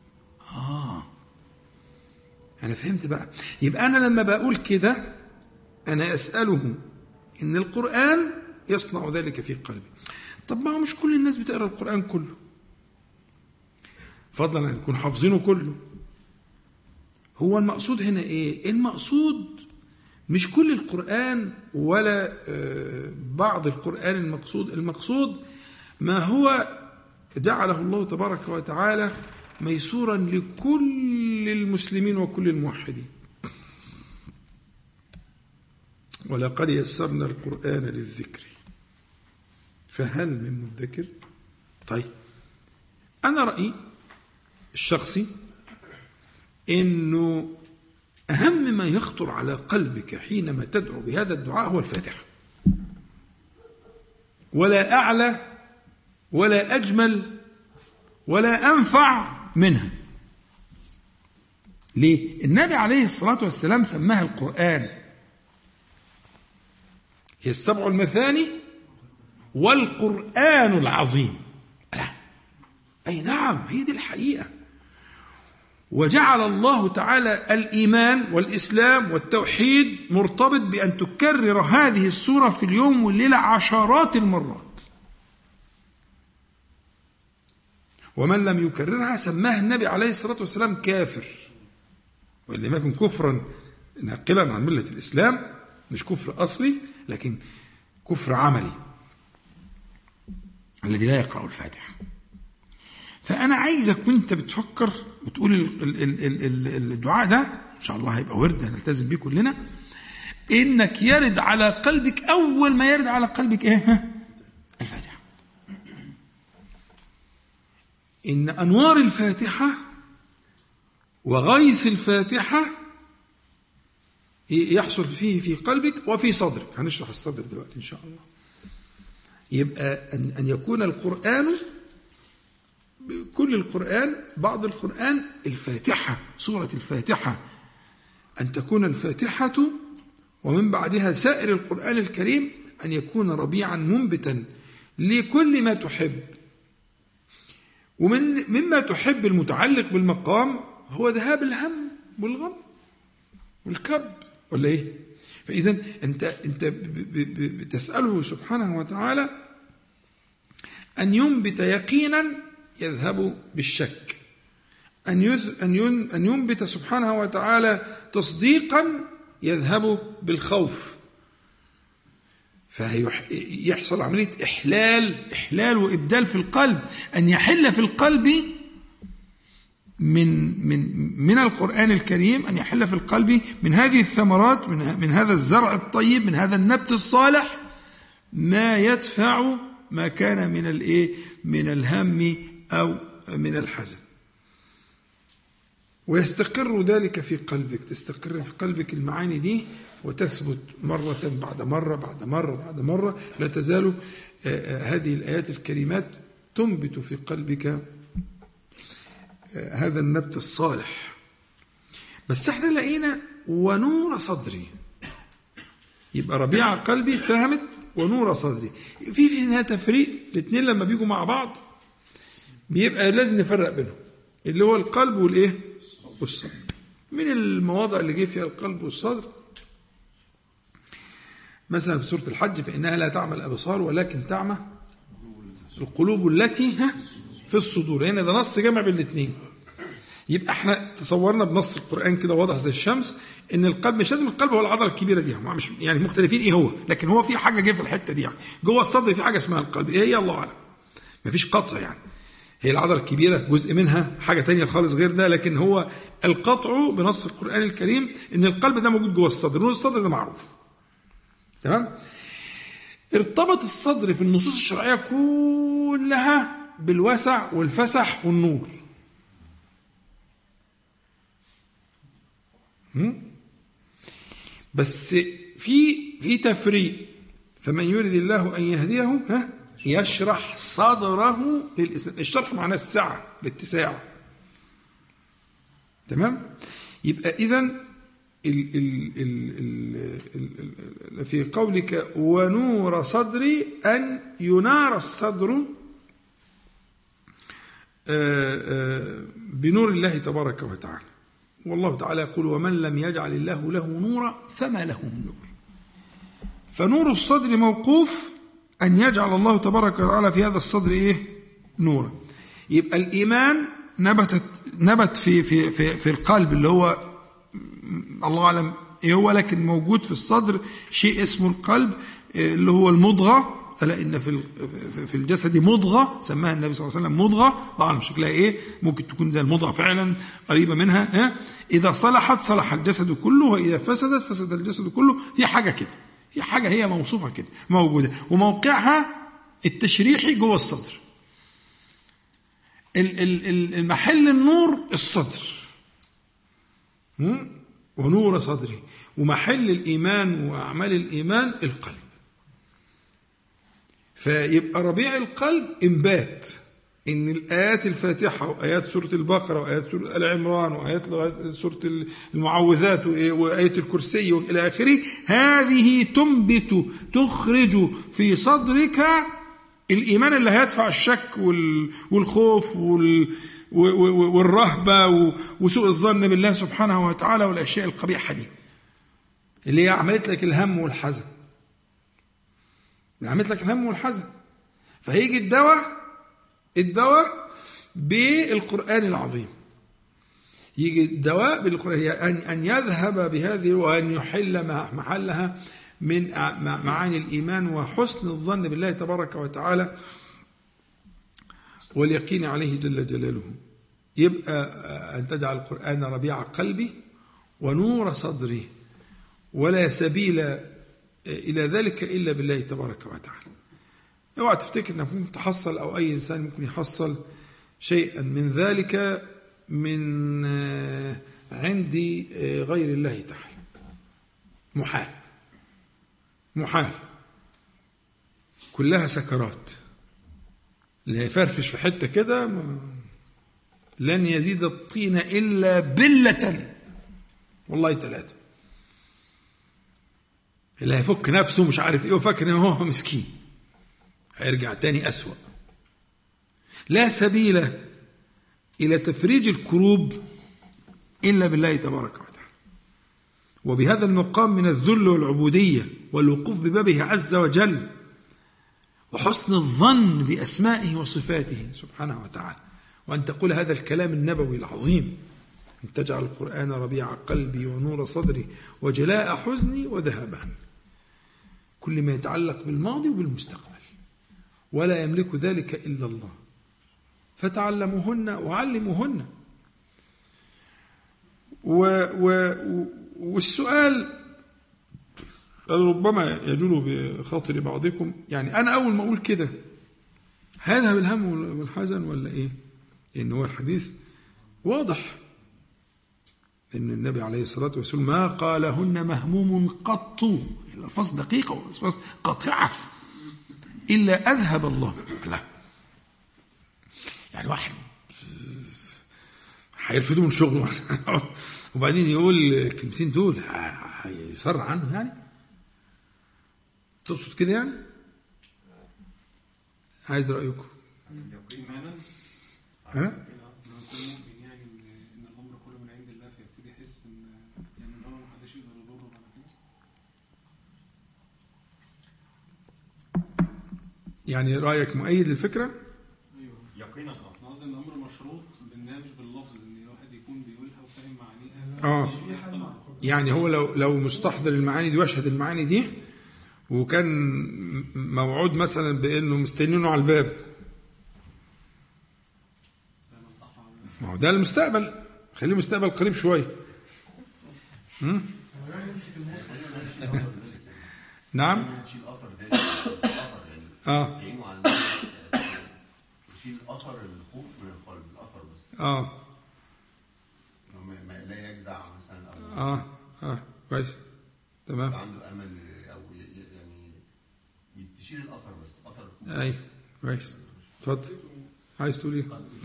أنا فهمت بقى. يبقى أنا لما بقول كده أنا أسأله إن القرآن يصنع ذلك في قلبي. طب ما هو مش كل الناس بتقرأ القرآن كله، فضلا أن يكون حافظينه كله. هو المقصود هنا إيه؟ المقصود مش كل القرآن ولا بعض القرآن. المقصود ما هو جعله الله تبارك وتعالى ميسورا لكل المسلمين وكل الموحدين. ولقد يسرنا القرآن للذكر فهل من مدكر. طيب أنا رأيي الشخصي إنه أهم ما يخطر على قلبك حينما تدعو بهذا الدعاء هو الفاتحة، ولا أعلى ولا أجمل ولا أنفع منها. ليه؟ النبي عليه الصلاة والسلام سماها القرآن هي السبع المثاني والقرآن العظيم. أي نعم، هي دي الحقيقة. وجعل الله تعالى الإيمان والإسلام والتوحيد مرتبط بأن تكرر هذه السورة في اليوم والليلة عشرات المرات، ومن لم يكررها سماها النبي عليه الصلاة والسلام كافر، واللي ما يكن كفرا ناقلا عن ملة الإسلام، مش كفر أصلي لكن كفر عملي الذي لا يقرأ الفاتحة. فأنا عايزك وانت بتفكر وتقول الدعاء ده إن شاء الله هيبقى ورد هنلتزم بيه كلنا، إنك يرد على قلبك أول ما يرد على قلبك الفاتحة. إن أنوار الفاتحة وغيث الفاتحة يحصل فيه في قلبك وفي صدرك. هنشرح الصدر دلوقتي إن شاء الله. يبقى أن يكون القرآن، كل القرآن، بعض القرآن، الفاتحة، سورة الفاتحة، أن تكون الفاتحة ومن بعدها سائر القرآن الكريم أن يكون ربيعا منبتا لكل ما تحب. مما تحب المتعلق بالمقام هو ذهاب الهم والغم والكرب، ولا إيه؟ فإذا أنت بتسأله سبحانه وتعالى أن ينبت يقينا يذهب بالشك، أن ينبت سبحانه وتعالى تصديقا يذهب بالخوف. فيحصل عملية إحلال وإبدال في القلب، أن يحل في القلب من القرآن الكريم، أن يحل في القلب من هذه الثمرات، من هذا الزرع الطيب، من هذا النبت الصالح، ما يدفع ما كان من الهم أو من الحزن، ويستقر ذلك في قلبك، تستقر في قلبك المعاني دي وتثبت مرة بعد مرة بعد مرة بعد مرة. لا تزال هذه الآيات الكريمات تنبت في قلبك هذا النبت الصالح. بس احنا لقينا ونور صدري، يبقى ربيع قلبي اتفهمت، ونور صدري في هنا تفريق. الاثنين لما بيجوا مع بعض بيبقى لازم نفرق بينهم، اللي هو القلب والصدر. من المواضع اللي جه فيها القلب والصدر مثلا في سورة الحج: فإنها لا تعمى الأبصار ولكن تعمى القلوب التي في الصدور. هنا ده نص جمع بين الاثنين. يبقى احنا تصورنا بنص القرآن كده واضح زي الشمس ان القلب مش لازم القلب هو العضله الكبيره دي، مش يعني مختلفين ايه هو، لكن هو في حاجه جه في الحته دي، يعني جوه الصدر في حاجه اسمها القلب. ايه هي؟ الله اعلم، مفيش قطع. يعني هي العضله الكبيره جزء منها، حاجه تانية خالص غير ده، لكن هو القطع بنص القرآن الكريم ان القلب ده موجود جوه الصدر. نور الصدر ده معروف، تمام. ارتبط الصدر في النصوص الشرعيه كلها بالوسع والفسح والنور. بس في تفريق: فمن يريد الله أن يهديه يشرح صدره للإسلام. الشرح معناه السعة، الاتساع، تمام. يبقى إذن في قولك ونور صدري أن ينار الصدر بنور الله تبارك وتعالى. والله تعالى يقول: ومن لم يجعل الله له نورا فما له من نور. فنور الصدر موقوف أن يجعل الله تبارك وتعالى في هذا الصدر نورا. يبقى الإيمان نبت في القلب، اللي هو الله أعلم إيه هو، لكن موجود في الصدر شيء اسمه القلب، اللي هو المضغة. ألا إن في الجسد مضغة سماها النبي صلى الله عليه وسلم مضغة، لا أعلم شكلها إيه، ممكن تكون زي المضغة فعلا، قريبة منها. إذا صلحت صلح الجسد كله، وإذا فسدت فسد الجسد كله. في حاجة كده، في حاجة هي موصوفة كده موجودة، وموقعها التشريحي جوه الصدر. المحل النور الصدر، ونور صدري، ومحل الإيمان وأعمال الإيمان القلب. فيبقى ربيع القلب إنبات إن الآيات الفاتحة وآيات سورة البقرة وآيات سورة آل عمران وآيات سورة المعوذات وآية الكرسي وإلى آخره، هذه تنبت تخرج في صدرك الإيمان اللي هيدفع الشك والخوف والرهبة وسوء الظن بالله سبحانه وتعالى والأشياء القبيحة دي، اللي هي عملت لك الهم والحزن، عملت لك الهم والحزن. فهيجي الدواء بالقرآن العظيم. يجي الدواء بالقرآن، هي أن يذهب بهذه وأن يحل محلها من معاني الإيمان وحسن الظن بالله تبارك وتعالى واليقين عليه جل جلاله. يبقى أن تجعل القرآن ربيع قلبي ونور صدري، ولا سبيل إلى ذلك إلا بالله تبارك وتعالى. اوعى تفتكر انك ممكن تحصل، او اي انسان ممكن يحصل شيئا من ذلك من عند غير الله تعالى. محال، كلها سكرات. اللي يفرفش في حته كده لن يزيد الطين الا بله، والله 3. اللي هيفك نفسه مش عارف ايه وفاكر ان هو مسكين، هيرجع تاني أسوأ. لا سبيل إلى تفريج الكروب إلا بالله تبارك وتعالى، وبهذا المقام من الذل والعبودية والوقوف ببابه عز وجل، وحسن الظن بأسمائه وصفاته سبحانه وتعالى، وأن تقول هذا الكلام النبوي العظيم: أن تجعل القرآن ربيع قلبي ونور صدري وجلاء حزني وذهاب عني. كل ما يتعلق بالماضي وبالمستقبل، ولا يملك ذلك إلا الله، فتعلموهن وعلموهن. والسؤال ربما يجول بخاطر بعضكم، يعني أنا أول ما أقول كده هذهب الهم والحزن ولا إيه؟ إن هو الحديث واضح إن النبي عليه الصلاة والسلام ما قالهن مهموم قط، الألفاظ دقيقة والألفاظ قاطعة، إلا أذهب الله. لا يعني واحد هيرفضه من شغله وبعدين يقول الكلمتين دول هيصر عنه، يعني تقصد كده؟ يعني عايز رأيكم. ها؟ يعني رأيك مؤيد للفكرة؟ ايوه يقينا. قصدي ان الامر مشروط بالنهايه مش باللفظ، ان الواحد يكون بيقولها وفاهم معانيها. يعني هو لو مستحضر المعاني دي ويشهد المعاني دي، وكان موعود مثلا بانه مستنينه على الباب، ما هو ده المستقبل، خليه المستقبل قريب شويه. نعم. يشيل اثر الخوف من القلب، الاثر بس. لا يجزع مثلا او كويس تمام. عنده امل او يعني تشيل الاثر بس، اثر الخوف. اي كويس. اتفضل، عايز تقول ايه؟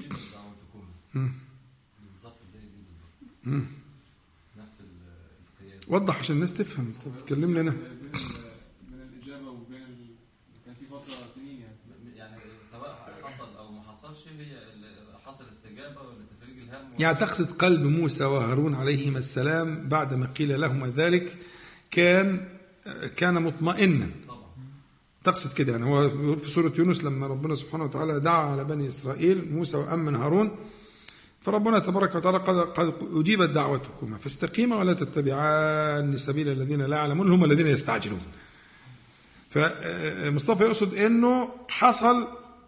بالظبط زي دي بالظبط. نفس القياس. وضح عشان الناس تفهم انت بتتكلم لنا. من الاجابه وبين كان في فتره سنين يعني سواء حصل او ما حصلش، هي حصل استجابه لتفريج الهم. يعني تقصد قلب موسى وهارون عليهما السلام بعدما قيل لهما ذلك كان مطمئنا. تقصد كده؟ يعني هو في سورة يونس لما ربنا سبحانه وتعالى دعا على بني إسرائيل موسى وأمن هارون، فربنا تبارك وتعالى قد أجيبت دعوتكما فاستقيما ولا تتبعان سبيل الذين لا يعلمون هم الذين يستعجلون. فمصطفى يقصد أنه حصل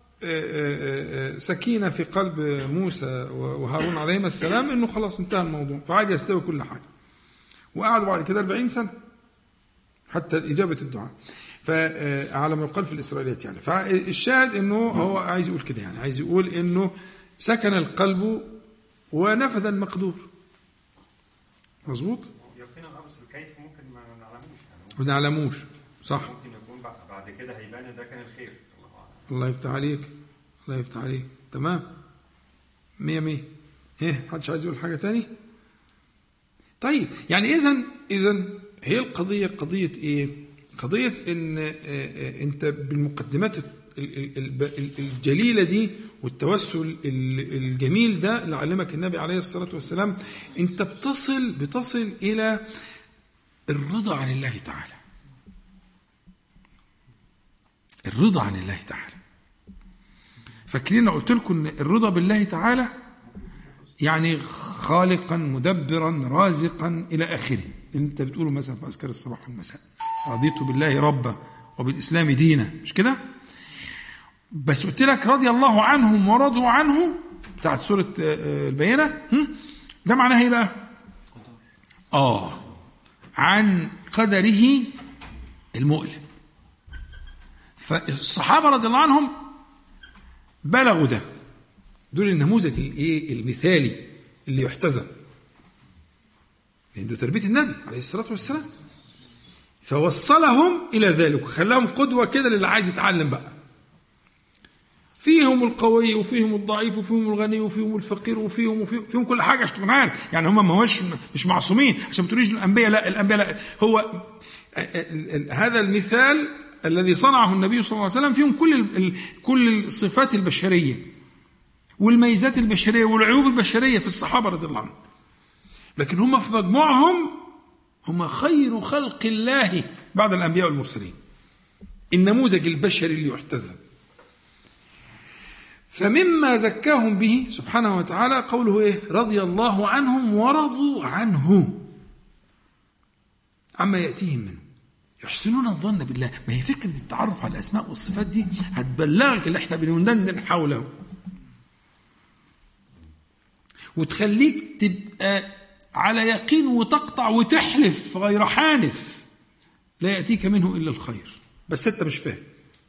سكينة في قلب موسى وهارون عليهما السلام، أنه خلاص انتهى الموضوع، فعاد يستوي كل حاجة. وقعدوا بعد كده 40 سنة حتى إجابة الدعاء، فعلى ما يقال في الإسرائيليات يعني. فالشاهد أنه هو عايز يقول كده، يعني عايز يقول أنه سكن القلب ونفذ المقدور. مظبوط؟ يقينا. بس الكيف ممكن ما نعلموش. صح. ممكن يكون بعد كده هيبان ده كان الخير. الله يفتح عليك، الله يفتح عليك. تمام، 100. حدش عايز يقول حاجة تاني؟ طيب يعني إذن هي القضية قضية إيه؟ قضية إن أنت بالمقدمات الجليلة دي والتوسل الجميل ده اللي علمك النبي عليه الصلاة والسلام، أنت بتصل إلى الرضا عن الله تعالى. الرضا عن الله تعالى. فاكرين قلت لكم ان الرضا بالله تعالى يعني خالقا مدبرا رازقا الى اخره. انت بتقوله مثلا في اذكار الصباح والمساء رضيت بالله ربا وبالاسلام دينا، مش كده؟ بس قلت لك رضي الله عنهم ورضوا عنه بتاعت سوره البينه، ده معناه ايه بقى؟ عن قدره المؤلم. فالصحابه رضي الله عنهم بلغوا ده، دول النموذج المثالي اللي يحتذى، لأنه تربية النبي عليه الصلاة والسلام، فوصلهم إلى ذلك وخلاهم قدوة كده للي عايز يتعلم بقى. فيهم القوي وفيهم الضعيف وفيهم الغني وفيهم الفقير وفيهم كل حاجة عشان تكون عارف. يعني هم مش معصومين عشان ما تقوليش الأنبياء لا، الأنبياء لا. هو هذا المثال الذي صنعه النبي صلى الله عليه وسلم فيهم كل الصفات البشرية والميزات البشرية والعيوب البشرية في الصحابة رضي الله عنهم، لكن هم في مجموعهم هم خير خلق الله بعد الأنبياء والمرسلين، النموذج البشري اللي يحتذى. فمما زكاهم به سبحانه وتعالى قوله رضي الله عنهم ورضوا عنه عما يأتيهم منه يحسنون الظن بالله. ما هي فكرة التعرف على الأسماء والصفات دي هتبلغك اللي احنا بندندن حوله، وتخليك تبقى على يقين وتقطع وتحلف غير حانث لا يأتيك منه إلا الخير، بس أنت مش فاهم.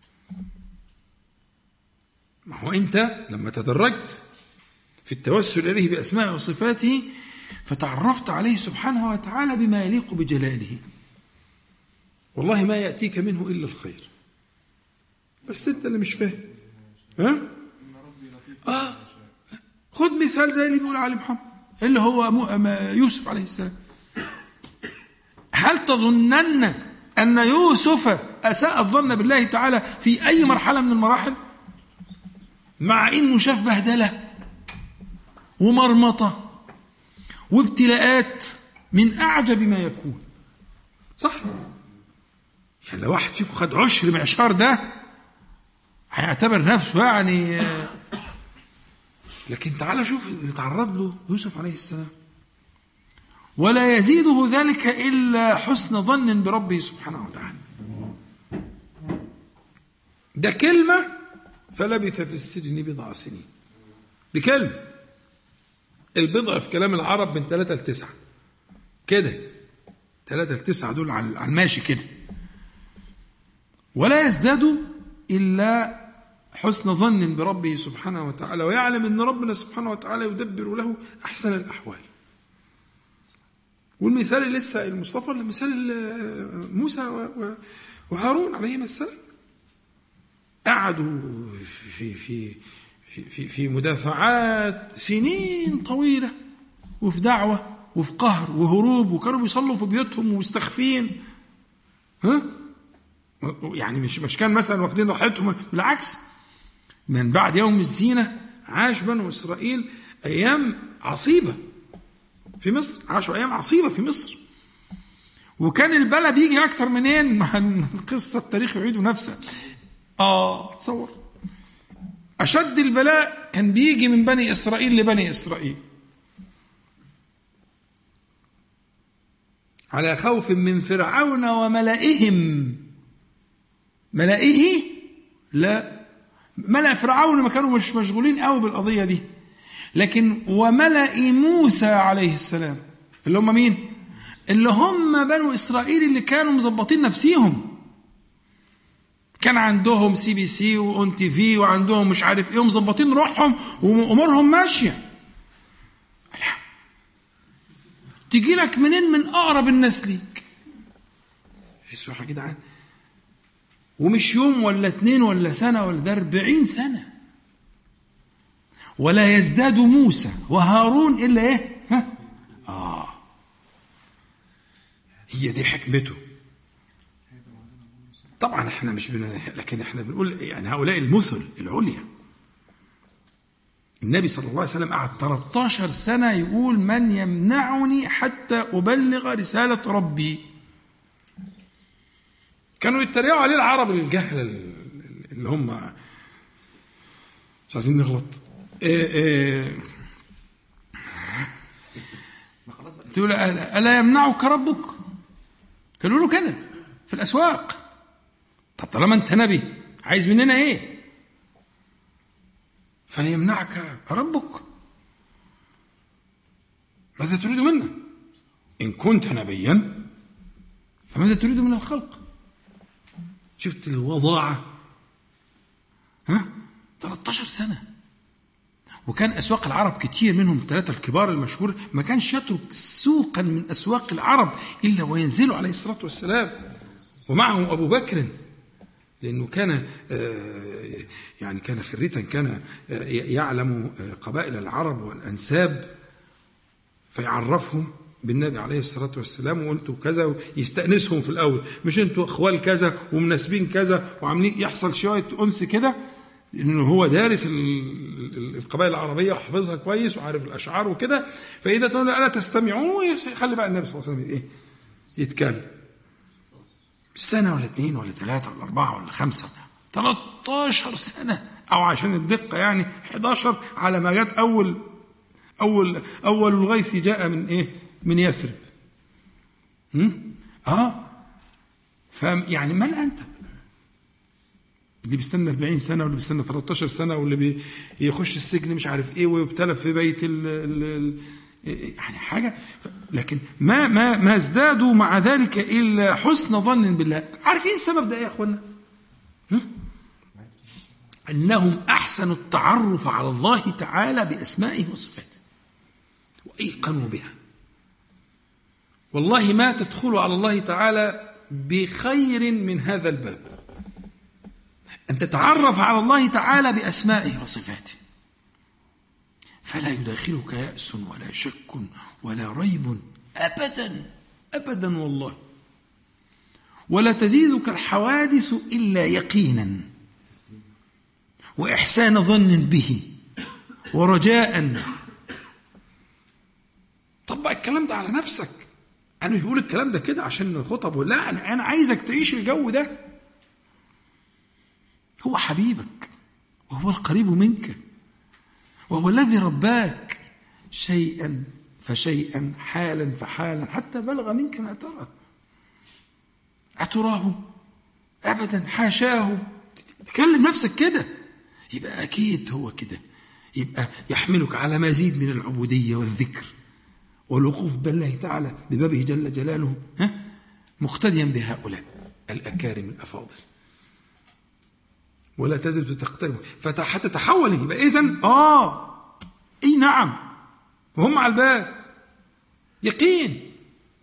ما هو أنت لما تدرجت في التوسل إليه بأسماء وصفاته فتعرفت عليه سبحانه وتعالى بما يليق بجلاله، والله ما يأتيك منه إلا الخير، بس أنت اللي مش فاهم. خذ مثال زي اللي بيقول علي محمد اللي هو يوسف عليه السلام. هل تظنن أن يوسف أساء الظن بالله تعالى في أي مرحلة من المراحل، مع إنه شاف بهدلة ومرمطة وابتلاءات من أعجب ما يكون؟ صح؟ يعني لو واحد فيكم خد عشر معشار ده هيعتبر نفسه يعني، لكن تعالى شوف اللي تعرض له يوسف عليه السلام، ولا يزيده ذلك إلا حسن ظن بربه سبحانه وتعالى. ده كلمة فلبث في السجن بضع سنين، دي كلمة. البضع في كلام العرب من 3 ل 9 كده، 3 ل 9 دول على الماشي كده. ولا يزداد إلا حسن ظن بربه سبحانه وتعالى، ويعلم أن ربنا سبحانه وتعالى يدبر له أحسن الأحوال. والمثال اللي لسه المصطفى مثال موسى وهارون عليهما السلام، قعدوا في مدافعات سنين طويلة، وفي دعوة وفي قهر وهروب، وكانوا بيصلوا في بيوتهم ومستخفين. يعني مش كان مثلا واخدين راحتهم، بالعكس، من بعد يوم الزينة عاش بنو إسرائيل أيام عصيبة في مصر، عاشوا أيام عصيبة في مصر، وكان البلاء بيجي أكتر منين؟ مع قصة التاريخ يعيد نفسه. تصور أشد البلاء كان بيجي من بني إسرائيل لبني إسرائيل، على خوف من فرعون وملئهم. ملئه لا، ملأ فرعون ما كانوا مش مشغولين قوي بالقضية دي، لكن وملأ موسى عليه السلام اللي هم مين؟ اللي هم بنو إسرائيل اللي كانوا مظبطين نفسيهم، كان عندهم CBC وأون تي في وعندهم مش عارف ايه، ومظبطين روحهم وأمورهم ماشية. تجي لك منين؟ من أقرب الناس ليك. اسمع يا جدعان، ومش يوم ولا 2 ولا سنة ولا ده 40 سنة. ولا يزداد موسى وهارون إلا إيه؟ هي دي حكمته. طبعا احنا مش لكن احنا بنقول يعني هؤلاء المثل العليا. النبي صلى الله عليه وسلم قعد 13 سنة يقول من يمنعني حتى أبلغ رسالة ربي. كانوا يتريقوا عليه العرب الجهل اللي هم مش عايزين نغلط. تقول ألا يمنعك ربك؟ قالوا له كده في الأسواق. طب طالما أنت نبي عايز مننا إيه؟ فليمنعك ربك، ماذا تريد منا؟ إن كنت نبيا فماذا تريد من الخلق؟ شفت الوضاعة؟ 13 سنة. وكان أسواق العرب كتير منهم 3 الكبار المشهور ما كانش يترك سوقا من أسواق العرب إلا وينزلوا عليه الصلاة والسلام، ومعه أبو بكر، لأنه كان يعني كان خريتا، كان يعلم قبائل العرب والأنساب فيعرفهم بالنبي عليه الصلاة والسلام، وانتوا كذا، يستأنسهم في الأول، مش انتوا أخوال كذا ومناسبين كذا وعاملين يحصل شوية أنس كده، لأنه هو دارس القبائل العربية وحافظها كويس وعارف الأشعار وكده. فإذا تقول ألا تستمعون خلي بقى النبي صلى الله عليه وسلم يتكلم. سنة ولا 2 ولا 3 ولا 4 ولا 5، 13 سنة، أو عشان الدقة يعني 11 على ما جاءت أول الغيث جاء من من يثرب. فيعني من أنت اللي بيستنى 40 سنة واللي بيستنى 13 سنة واللي بيخش السجن مش عارف ويبتلى في بيت يعني حاجة، لكن ما ازدادوا مع ذلك إلا حسن ظن بالله. عارفين السبب ده يا أخوانا؟ أنهم أحسنوا التعرف على الله تعالى بأسمائه وصفاته وأيقنوا بها. والله ما تدخلوا على الله تعالى بخير من هذا الباب، أن تتعرف على الله تعالى بأسمائه وصفاته، فلا يداخلك يأس ولا شك ولا ريب أبدا أبدا والله، ولا تزيدك الحوادث إلا يقينا وإحسان ظن به ورجاء. طبق الكلام ده على نفسك. أنا مش بقول الكلام ده كده عشان خطب، ولا أنا عايزك تعيش الجو ده. هو حبيبك وهو القريب منك وهو الذي رباك شيئا فشيئا حالا فحالا حتى بلغ منك ما ترى. أتراه؟ أبدا، حاشاه. تكلم نفسك كده، يبقى أكيد هو كده، يبقى يحملك على مزيد من العبودية والذكر والوقوف بالله تعالى ببابه جل جلاله، مقتديا بهؤلاء الأكارم الأفاضل، ولا تزل تقترب حتى تحول. يبقى إذن إي نعم، وهم على الباب يقين،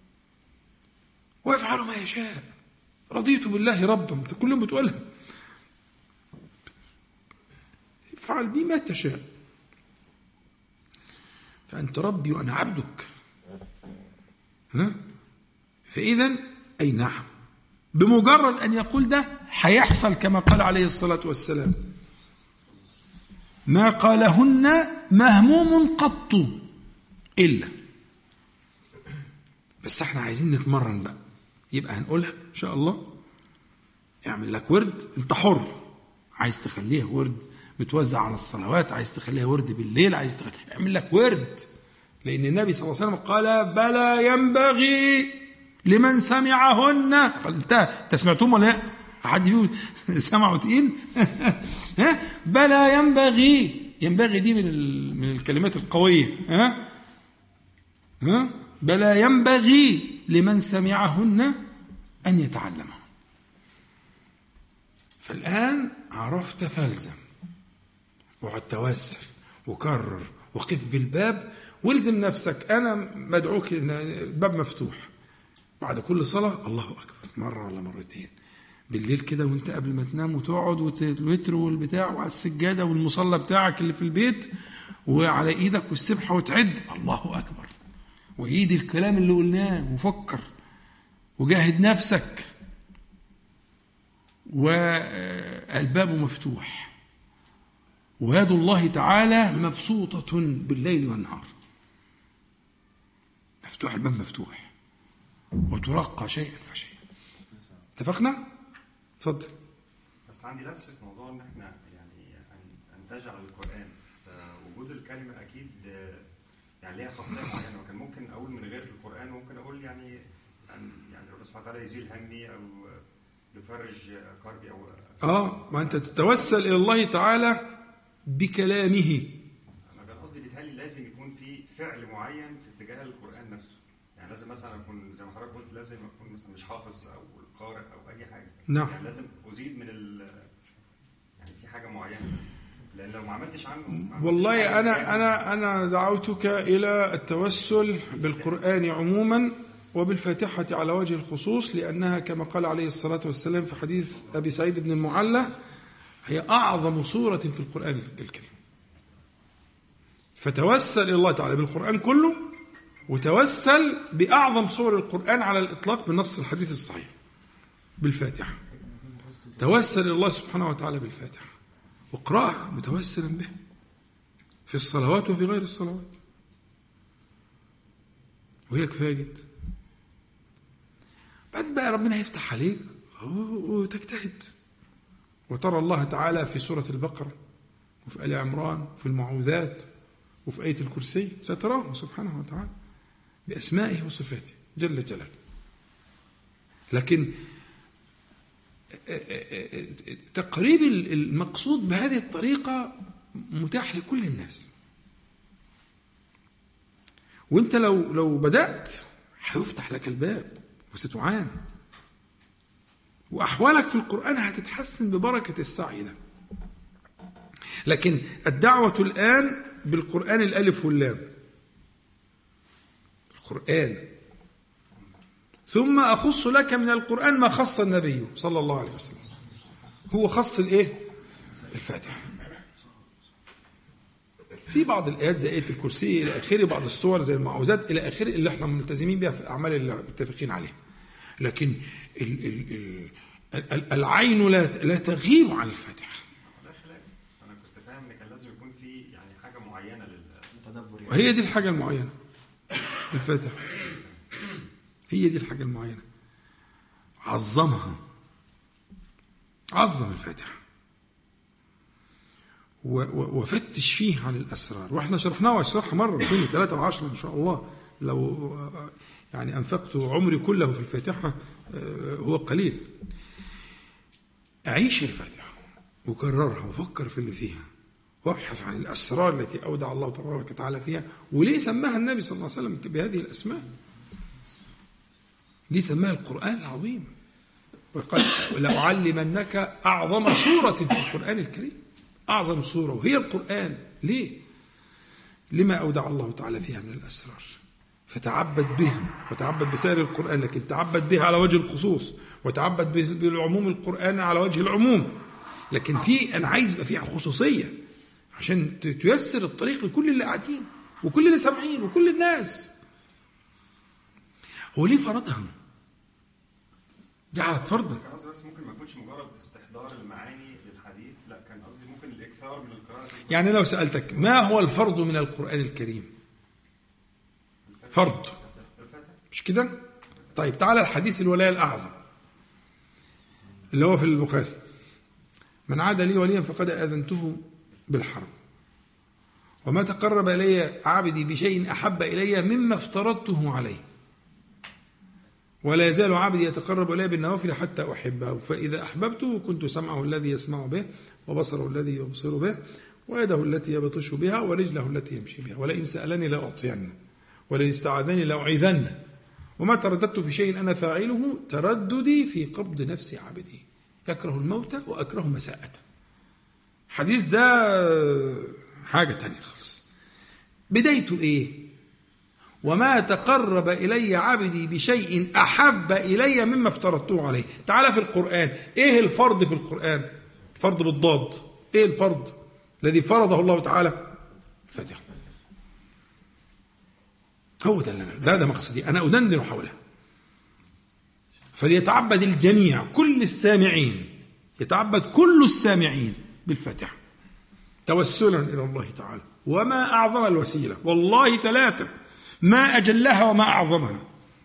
ويفعل ما يشاء. رضيت بالله ربا، كلهم بتقولها، افعل بي ما تشاء، فأنت ربي وأنا عبدك. فإذا أي نعم، بمجرد أن يقول ده هيحصل كما قال عليه الصلاة والسلام: ما قالهن مهموم قط إلا. بس احنا عايزين نتمرن بقى، يبقى هنقولها إن شاء الله. اعمل لك ورد، انت حر، عايز تخليها ورد بتوزع على الصلوات، عايز تخليها ورد بالليل، اعمل لك ورد. لأن النبي صلى الله عليه وسلم قال: بلى ينبغي لمن سمعهن. قال انت سمعتهم ولا لا؟ حد فيهم سمعوا تقيل؟ بلى ينبغي دي من الكلمات القوية. بلى ينبغي لمن سمعهن أن يتعلمها. فالآن عرفت فالزم، وقعد توسل وكرر وقف بالباب والزم نفسك. أنا مدعوك، الباب مفتوح بعد كل صلاة الله أكبر مرة ولا مرتين بالليل كده، وانت قبل ما تنام وتقعد وتوتر والبتاع وعلى السجادة والمصلى بتاعك اللي في البيت وعلى إيدك والسبحة وتعد الله أكبر، وعيد الكلام اللي قلناه وفكر وجاهد نفسك، والباب مفتوح ويد الله تعالى مبسوطة بالليل والنهار. مفتوح، الباب مفتوح، وترقى شيئا فشيئا. اتفقنا؟ اتفضل. بس عندي لبس في موضوع ان احنا يعني ان تجعل القرآن وجود الكلمة اكيد يعني ليها خاصية معينة، وكان ممكن اقول من غير القرآن، ممكن اقول يعني ربنا سبحانه وتعالى يزيل همي او يفرج كربي او ما انت تتوسل الى الله تعالى بكلامه. انا كان قصدي بيتهيألي لازم يكون في فعل معين في اتجاه القرآن نفسه، يعني لازم مثلا اكون زي ما حضرتك قلت، لازم اكون مثلا مش حافظ او قارئ او اي حاجه. نعم. يعني لازم ازيد من يعني في حاجه معينه، لان لو ما عملتش عنه والله انا دعوتك الى التوسل بالقرآن عموما وبالفاتحة على وجه الخصوص، لأنها كما قال عليه الصلاة والسلام في حديث أبي سعيد بن المعلى هي أعظم سورة في القرآن الكريم. فتوسل إلى الله تعالى بالقرآن كله، وتوسل بأعظم سور القرآن على الإطلاق بنص الحديث الصحيح بالفاتحة. توسل إلى الله سبحانه وتعالى بالفاتحة، واقرأها متوسلا به في الصلوات وفي غير الصلوات، وهي كفاية جدا. بعد بقى ربنا يفتح عليك وتجتهد، وترى الله تعالى في سورة البقرة وفي آل عمران وفي المعوذات وفي آية الكرسي، ستراه سبحانه وتعالى بأسمائه وصفاته جل جلاله. لكن تقريب المقصود بهذه الطريقة متاح لكل الناس، وانت لو بدأت هيفتح لك الباب وستعان، وأحوالك في القرآن هتتحسن ببركة السعي ده. لكن الدعوة الآن بالقرآن الألف واللام، القرآن. ثم أخص لك من القرآن ما خص النبي صلى الله عليه وسلم. هو خص الإيه؟ الفاتحة. في بعض الآيات زي آية الكرسي إلى آخره، بعض السور زي المعوذات إلى آخره اللي احنا ملتزمين بها في الأعمال اللي متفقين عليها. لكن العين لا تغيب عن الفاتحة. أنا كنت فاهم إن كان لازم يكون في يعني حاجة معينة للتدبر، وهي دي الحاجة المعينة، الفاتحة هي دي الحاجة المعينة. عظمها، عظم الفاتحة وفتش فيه عن الأسرار. واحنا شرحناه وشرحها مرة 2 3 و10 إن شاء الله. لو يعني أنفقت عمري كله في الفاتحة هو قليل. أعيش الفاتحة وكررها وفكر في اللي فيها وابحث عن الأسرار التي أودع الله تبارك وتعالى فيها. وليه سماها النبي صلى الله عليه وسلم بهذه الأسماء؟ ليه سماها القرآن العظيم؟ وقال لأعلمنك أعظم سورة في القرآن الكريم، أعظم سورة وهي القرآن. ليه؟ لما أودع الله تعالى فيها من الأسرار، فتعبد بها وتعبد بسائر القرآن، لكن تعبد بها على وجه الخصوص، وتعبد بالعموم القرآن على وجه العموم. لكن أنا عايز يبقى فيها خصوصية عشان تيسر الطريق لكل اللي قاعدين وكل اللي سامعين وكل الناس. هو ليه فرضها؟ جعلت فرضا. كان قصدي بس ممكن ما يكونش مجرد استحضار المعاني للحديث، لا كان قصدي ممكن الإكثار من القراءة. يعني لو سألتك ما هو الفرض من القرآن الكريم؟ فرض، مش كده؟ طيب تعالى الحديث الولاية الأعظم اللي هو في البخاري: من عاد لي وليا فقد آذنته بالحرب، وما تقرب إلي عبدي بشيء أحب إلي مما افترضته عليه، ولا يزال عبدي يتقرب إلي بالنوافل حتى أحبه، فإذا أحببته كنت سمعه الذي يسمع به، وبصره الذي يبصر به، ويده التي يبطش بها، ورجله التي يمشي بها، ولئن سألني لأعطينه، ولئن استعاذني لأعيذنه، وما ترددت في شيء أنا فاعله ترددي في قبض نفس عبدي، يكره الموت وأكره مساءته. حديث ده حاجة تانية خالص. بدايته إيه؟ وما تقرب إلي عبدي بشيء أحب إلي مما افترضته عليه. تعالى في القرآن، إيه الفرض في القرآن؟ فرض بالضاد. إيه الفرض الذي فرضه الله تعالى؟ الفاتحة. هو ده اللي ده مقصدي، أنا أدندن حوله. فليتعبد الجميع، كل السامعين، يتعبد كل السامعين بالفاتحة توسلا إلى الله تعالى. وما أعظم الوسيلة، والله 3 ما أجلها وما أعظمها،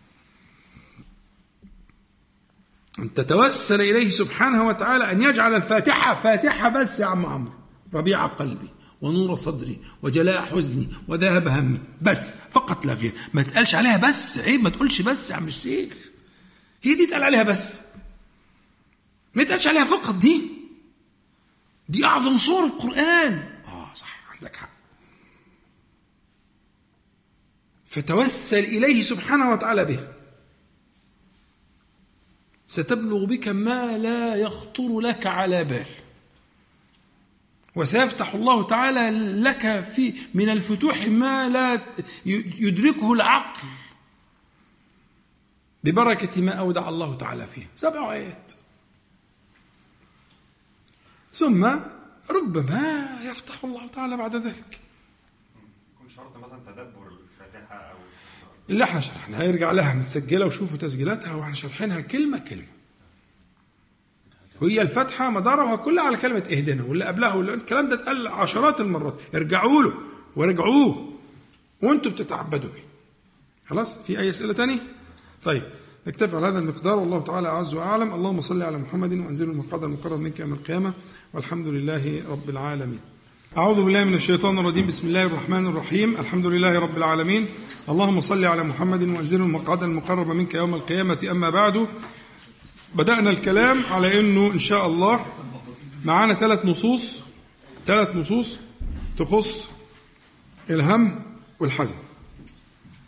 أن تتوسل إليه سبحانه وتعالى أن يجعل الفاتحة فاتحة بس يا عم عمرو، ربيع قلبي ونور صدري وجلاء حزني وذهب همي، بس فقط لا غير. ما تقالش عليها بس، عيب ما تقولش بس يا عم الشيخ، هي دي تقال عليها بس، ما تقالش عليها فقط. دي أعظم سور القرآن. صح، عندك حق. فتوسل إليه سبحانه وتعالى به، ستبلغ بك ما لا يخطر لك على بال، وسيفتح الله تعالى لك في من الفتوح ما لا يدركه العقل ببركة ما أودع الله تعالى فيه. 7 آيات. ثم ربما يفتح الله تعالى بعد ذلك. يكون شرط مثلا تدبر الفاتحة أو اللي احنا شرحناها يرجع لها متسجلة وشوفوا تسجيلاتها، واحنا شرحينها كلمة كلمة. وهي الفاتحة مدارها كلها على كلمة اهدنا، واللي قبلها واللي الكلام ده اتقال عشرات المرات. ارجعوا له وارجعوه وانتم بتتعبدوا به. خلاص، في أي أسئلة تاني؟ طيب نكتفي على هذا المقدار، والله تعالى أعز وأعلم. اللهم صل على محمد وأنزله المقعد المقرب منك يوم القيامة، والحمد لله رب العالمين. أعوذ بالله من الشيطان الرجيم. بسم الله الرحمن الرحيم. الحمد لله رب العالمين. اللهم صل على محمد وأنزله المقعد المقرب منك يوم القيامة. أما بعد، بدأنا الكلام على أنه إن شاء الله معانا 3 نصوص تخص الهم والحزن.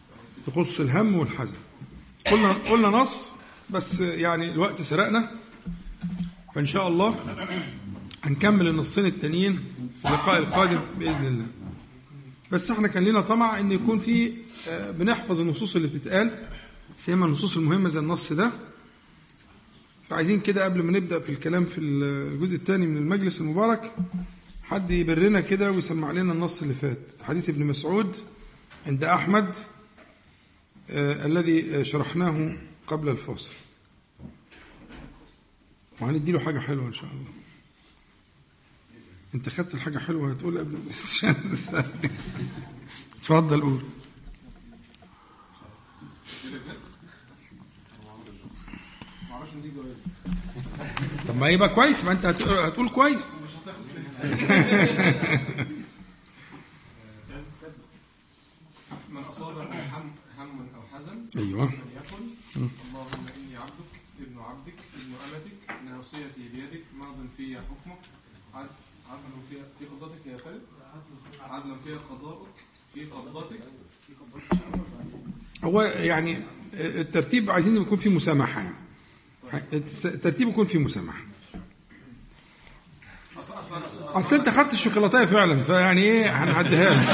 تخص الهم والحزن. قلنا نص بس يعني الوقت سرقنا، فإن شاء الله هنكمل النصين التانيين في اللقاء القادم بإذن الله. بس احنا كان لنا طمع ان يكون في بنحفظ النصوص اللي بتتقال، سيما النصوص المهمة زي النص ده. فعايزين كده قبل ما نبدأ في الكلام في الجزء الثاني من المجلس المبارك حد يبرنا كده ويسمع لنا النص اللي فات، حديث ابن مسعود عند أحمد الذي شرحناه قبل الفاصل، وهندي له حاجة حلوة إن شاء الله. أنت خدت الحاجة حلوة هتقول قبل اتفضل قول. طب ما يبقى كويس، ما أنت هتقول كويس. من أصابه هم أو حزن أيوة فليقل اللهم إني عبدك ابن عبدك ابن أمتك ناصيتي بيدك ماض في حكمك عدل في قضاتك يا فارد عدلا في قضاءك في قبضتك. هو يعني الترتيب عايزين يكون فيه مسامحة، يعني الترتيب يكون فيه مسامحة. أصل أنت خدت الشوكولاتة فعلا، فيعني إيه هنعديها لك.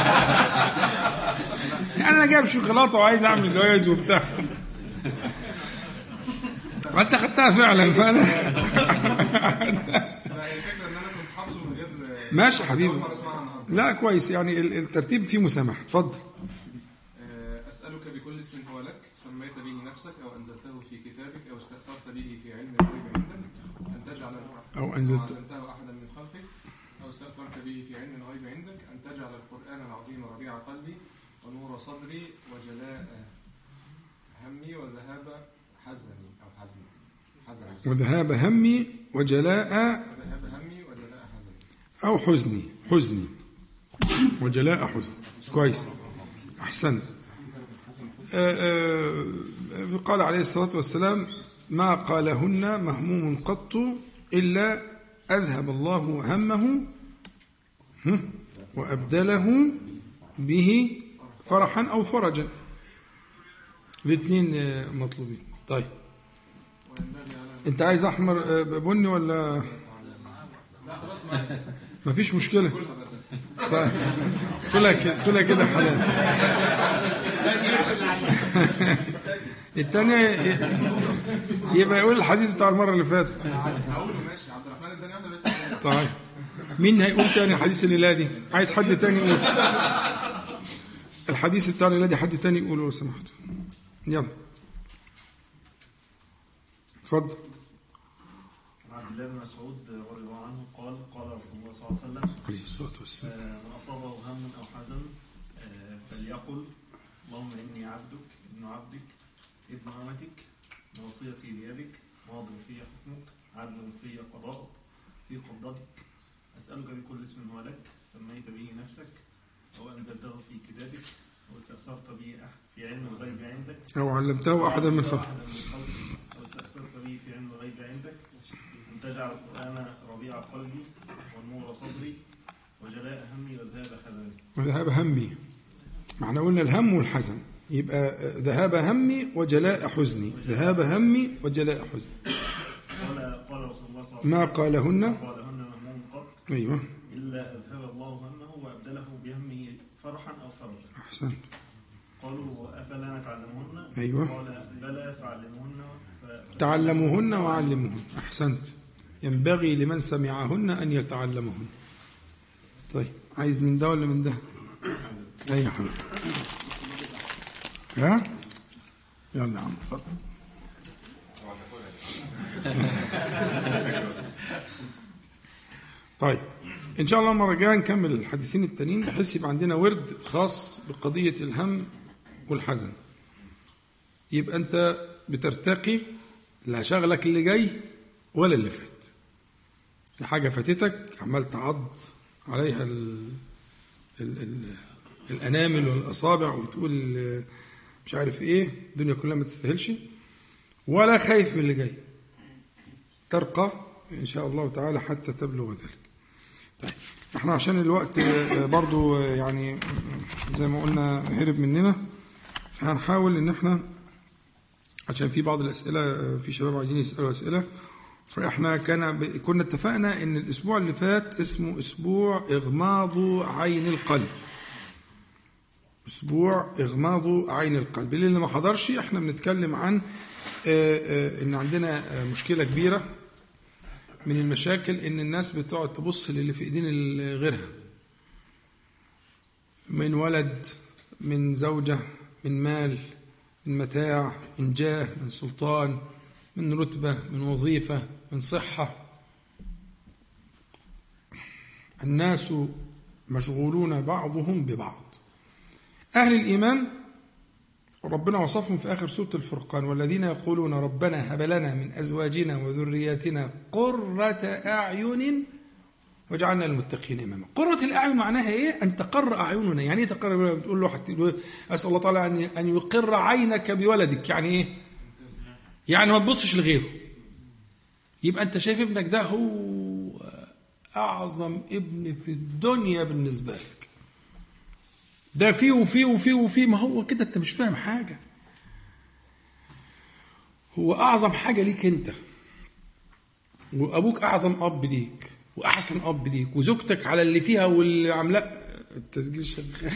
يعني أنا جايب شوكولاتة وعايز أعمل جواز وبتاع، وأنت خدتها فعلا. فأنا ماشي حبيبي، لا كويس، يعني الترتيب فيه مسامحة. اتفضل. أسألك بكل اسم هو لك سميت به نفسك أو أنزلته في كتابك أو استأثرت به في علم الغيب عندك أن تجعل أو أنزلته أحدا من خلقك أو استأثرت به في علم الغيب عندك أن تجعل القرآن العظيم ربيع قلبي ونور صدري وجلاء همي وذهاب حزني أو حزني وذهاب همي وجلاء أو حزني وجلاء حزن. كويس، أحسنت. قال عليه الصلاة والسلام ما قالهن مهموم قط إلا أذهب الله همه وأبدله به فرحا أو فرجا، الاثنين مطلوبين. طيب أنت عايز أحمر بني ولا ما فيش مشكلة؟ طيب طلع كده حلال. الثانية يبقى يقول الحديث بتاع المرة اللي فاتت. طيب مين هيقول تاني الحديث الليلة دي؟ عايز حد تاني يقول الحديث بتاع الليلة دي؟ حد تاني يقوله لو سمحتوا. يلا اتفضل. عبد الله بن مسعود رضي الله عنه قال رسول الله صلى الله عليه وسلم عليه الصلاة والسلام من أصابه هم أو حزن فليقل اللهم إني عبدك ابن عبدك ابن أمتك ناصيتي بيدك ماض في حكمك عدل في قضاءك في قبضتك أسألك بكل اسم هو لك سميت به نفسك أو أنزلته في كتابك أو استأثرت به في علم الغيب عندك أو علمته أحدا من خلقك أو استأثرت به في علم الغيب عندك أن تجعل القرآن ربيع قلبي ونور صدري وجلاء همي وذهاب همي. معنى قلنا الهم والحزن، يبقى ذهاب همي وجلاء حزني، ذهاب همي وجلاء حزني. قال رسول الله صلى الله عليه وسلم ما قالهن مهموم قط أيوة إلا أذهب الله همه وأبدله بهمه فرحا أو فرجا. أحسن. قالوا أفلا نتعلمهن؟ أيوة. قال بلى فعلموهن تعلموهن وعلموهن. أحسنت، ينبغي لمن سمعهن أن يتعلمهن. طيب عايز من ده ولا من ده؟ أي حاجة. ها؟ يلا يا عم اتفضل. طيب إن شاء الله المرة الجاية نكمل الحديثين التانيين بحيث يبقى عندنا ورد خاص بقضية الهم والحزن. يبقى أنت بترتقي، لا شغلك اللي جاي ولا اللي فات. حاجة فاتتك عمال تعض عليها الأنامل والأصابع وتقول مش عارف إيه، الدنيا كلها ما تستاهلش، ولا خايف من اللي جاي. ترقى إن شاء الله تعالى حتى تبلغ ذلك. طيب احنا عشان الوقت برضو يعني زي ما قلنا هرب مننا، هنحاول ان احنا عشان في بعض الاسئله، في شباب عايزين يسالوا اسئله، فاحنا كنا اتفقنا ان الاسبوع اللي فات اسمه اسبوع اغماض عين القلب. اسبوع اغماض عين القلب. اللي ما حضرش احنا بنتكلم عن ان عندنا مشكله كبيره من المشاكل، ان الناس بتقعد تبص للي في ايدين غيرها، من ولد، من زوجه، من مال، من متاع، من جاه، من سلطان، من رتبة، من وظيفة، من صحة. الناس مشغولون بعضهم ببعض. أهل الإيمان ربنا وصفهم في آخر سورة الفرقان: والذين يقولون ربنا هب لنا من أزواجنا وذرياتنا قرة أعين وجعلنا للمتقين إماما. قرة الأعين معناها إيه؟ أن تقر أعيننا. يعني إيه تقر؟ بتقول له أسأل الله تعالى أن يقر عينك بولدك. يعني إيه؟ يعني ما تبصش لغيره. يبقى أنت شايف ابنك ده هو أعظم ابن في الدنيا بالنسبة لك، ده فيه وفيه وفيه وفيه. ما هو كده أنت مش فاهم حاجة. هو أعظم حاجة ليك أنت، وأبوك أعظم أب ليك وأحسن أب ليك، وزوجتك على اللي فيها واللي عاملاه التسجيل شغال.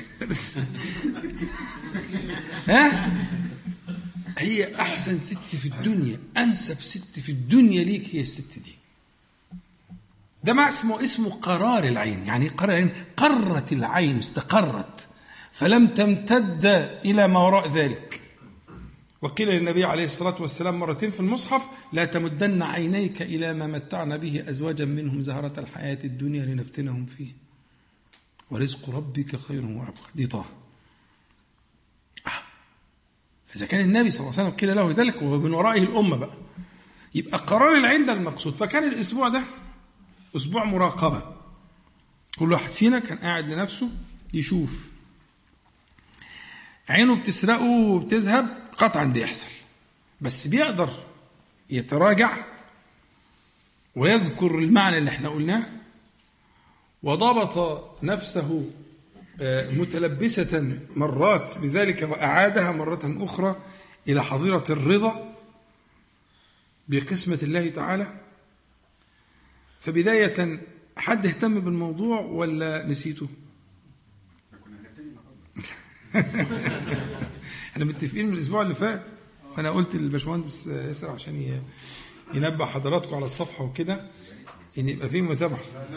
ها؟ هي أحسن ست في الدنيا، أنسب ست في الدنيا ليك هي الست دي. ده ما اسمه قرار العين. يعني قرار العين، قرت العين، استقرت فلم تمتد إلى ما وراء ذلك. وقيل للنبي عليه الصلاة والسلام مرتين في المصحف: لا تمدن عينيك إلى ما متعنا به أزواجا منهم زهرة الحياة الدنيا لنفتنهم فيه ورزق ربك خير وأبقى. دي طه. إذا كان النبي صلى الله عليه وسلم قيل له ذلك ومن ورائه الأمة بقى، يبقى قرار العين ده المقصود. فكان الأسبوع ده أسبوع مراقبة. كل واحد فينا كان قاعد لنفسه يشوف عينه بتسرقه وبتذهب، قطعا بيحصل، بس بيقدر يتراجع ويذكر المعنى اللي احنا قلناه، وضبط نفسه متلبسة مرات بذلك وأعادها مرة أخرى إلى حظيرة الرضا بقسمة الله تعالى. فبداية حد اهتم بالموضوع ولا نسيته؟ احنا متفقين من الأسبوع اللي فات، وأنا قلت للباشمهندس ياسر عشان ينبه حضراتكم على الصفحة وكده إن يبقى فيه متابعة.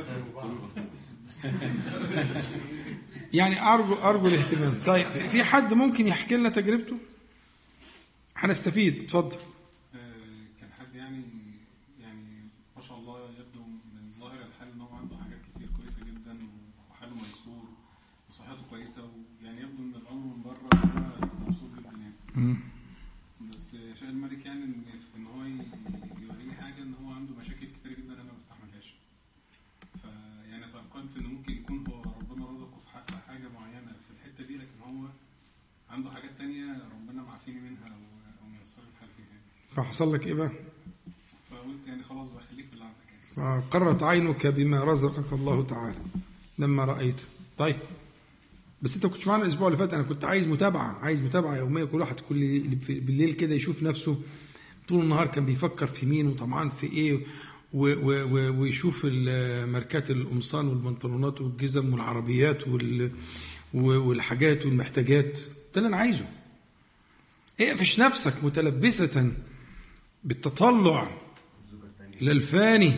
يعني أرجو الاهتمام. طيب في حد ممكن يحكي لنا تجربته؟ هنستفيد. اتفضل. كان حد يعني ما شاء الله يبدو من ظاهر الحال ان هو عنده حاجات كتير كويسه جدا وحاله ميسور وصحته كويسه، ويعني يبدو ان الامر من بره هو مبسوط جدا يعني. بس شاء الملك يعني ان هو يوريني حاجه ان هو عنده مشاكل كتير جدا انا ما بستحملهاش. فيعني توقعت ان ممكن يكون هو ربنا رزقه في حق حاجه معينه في الحته دي، لكن هو عنده حاجات تانية ربنا معافيني منها او ميسر الحال فيها يعني. فحصل لك ايه بقى؟ فقلت يعني خلاص بقى خليك في اللي عندك يعني. فقرت عينك بما رزقك الله تعالى لما رأيت. طيب بس انت كنتش معنا الاسبوع اللي فات. انا كنت عايز متابعه يوميه، كل واحد كل بالليل كده يشوف نفسه طول النهار كان بيفكر في مين وطمعان في ايه، ويشوف ماركات القمصان والبنطلونات والجزم والعربيات والحاجات والمحتاجات. ده اللي انا عايزه. اقفش نفسك متلبسة بالتطلع الى الفاني.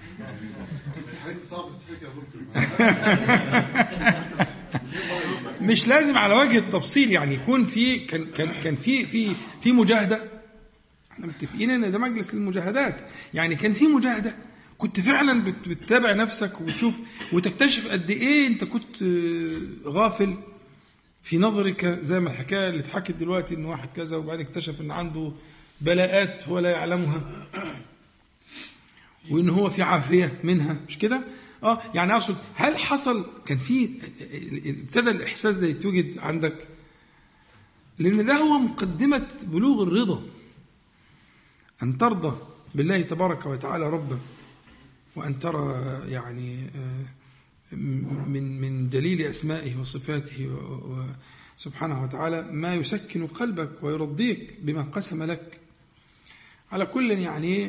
مش لازم على وجه التفصيل، يعني يكون في كان في مجاهدة. احنا متفقين ان ده مجلس للمجاهدات، يعني كان في مجاهدة. كنت فعلا بتتابع نفسك وتشوف وتكتشف قد ايه انت كنت غافل في نظرك، زي ما الحكايه اللي اتحكت دلوقتي ان واحد كذا وبعدين اكتشف ان عنده بلاءات ولا يعلمها، وان هو في عافيه منها، مش كده؟ يعني اقصد هل حصل كان في ابتدى الاحساس ده يتوجد عندك؟ لان ده هو مقدمه بلوغ الرضا، ان ترضى بالله تبارك وتعالى ربا، وان ترى يعني من دليل اسمائه وصفاته سبحانه وتعالى ما يسكن قلبك ويرضيك بما قسم لك. على كل يعني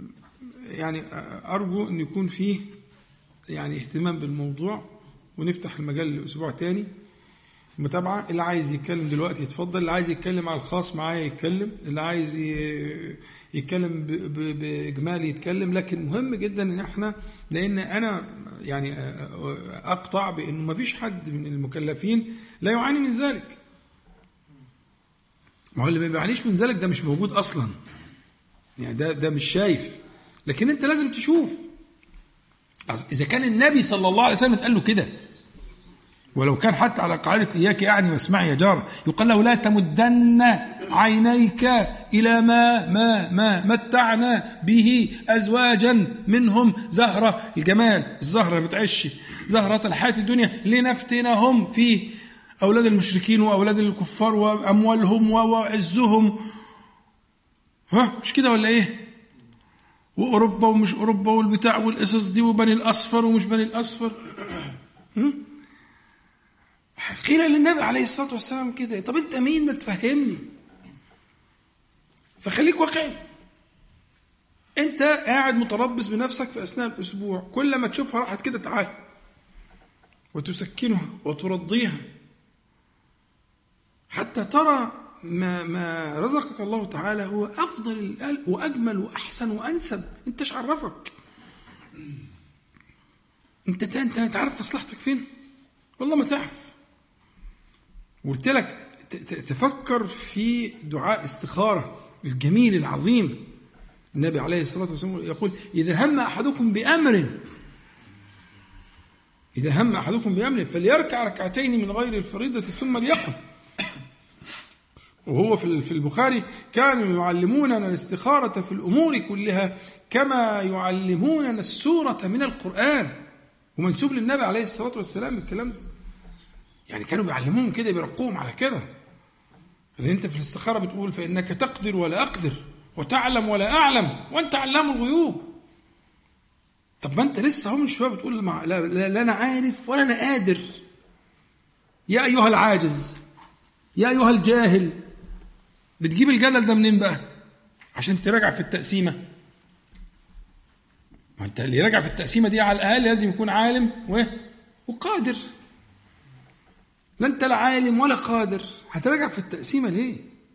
أرجو أن يكون فيه يعني اهتمام بالموضوع، ونفتح المجال لأسبوع تاني متابعة. اللي عايز يتكلم دلوقتي يتفضل، اللي عايز يتكلم على الخاص معايا يتكلم، اللي عايز يتكلم بإجمالي يتكلم. لكن مهم جدا ان احنا، لان انا يعني اقطع بانه ما فيش حد من المكلفين لا يعاني من ذلك. ما هو اللي ما بيعانيش من ذلك ده مش موجود اصلا، يعني ده مش شايف. لكن انت لازم تشوف. اذا كان النبي صلى الله عليه وسلم قال له كده، ولو كان حتى على قاعدة إياك أعني واسمعي يا جار، يقال له لا تمدن عينيك إلى ما متعنا به أزواجا منهم زهرة الجمال، الزهرة بتعيش زهرة الحياة الدنيا لنفتنهم فيه، أولاد المشركين وأولاد الكفار وأموالهم وعزهم. مش كده ولا إيه؟ وأوروبا ومش أوروبا والبتاع والقصص دي، وبني الأصفر ومش بني الأصفر. قيل للنبي عليه الصلاة والسلام كده. طب انت مين ما تفهمني؟ فخليك واقعي. انت قاعد متربص بنفسك في أثناء الأسبوع، كل ما تشوفها راحت كده تعال وتسكنها وترضيها حتى ترى ما رزقك الله تعالى هو أفضل وأجمل وأحسن وأنسب. انت ايش عرفك؟ انت تعرف مصلحتك فين؟ والله ما تعرف. قلت لك تفكر في دعاء الاستخارة الجميل العظيم. النبي عليه الصلاة والسلام يقول إذا هم أحدكم بأمر فليركع ركعتين من غير الفريضة ثم ليقم. وهو في البخاري كانوا يعلموننا الاستخارة في الأمور كلها كما يعلموننا السورة من القرآن، ومنسوب للنبي عليه الصلاة والسلام الكلام ده. يعني كانوا بيعلموهم كده، بيرقوهم على كده. اللي انت في الاستخارة بتقول فإنك تقدر ولا أقدر وتعلم ولا أعلم وأنت علام الغيوب. طب ما أنت لسه هم شوية بتقول لا أنا عارف ولا أنا قادر. يا أيها العاجز، يا أيها الجاهل. بتجيب الجدل ده منين بقى؟ عشان تراجع في التقسيمة. ما أنت اللي يراجع في التقسيمة دي على الأقل لازم يكون عالم وقادر. لا أنت لا عالم ولا قادر، هتراجع في التقسيمة ليه؟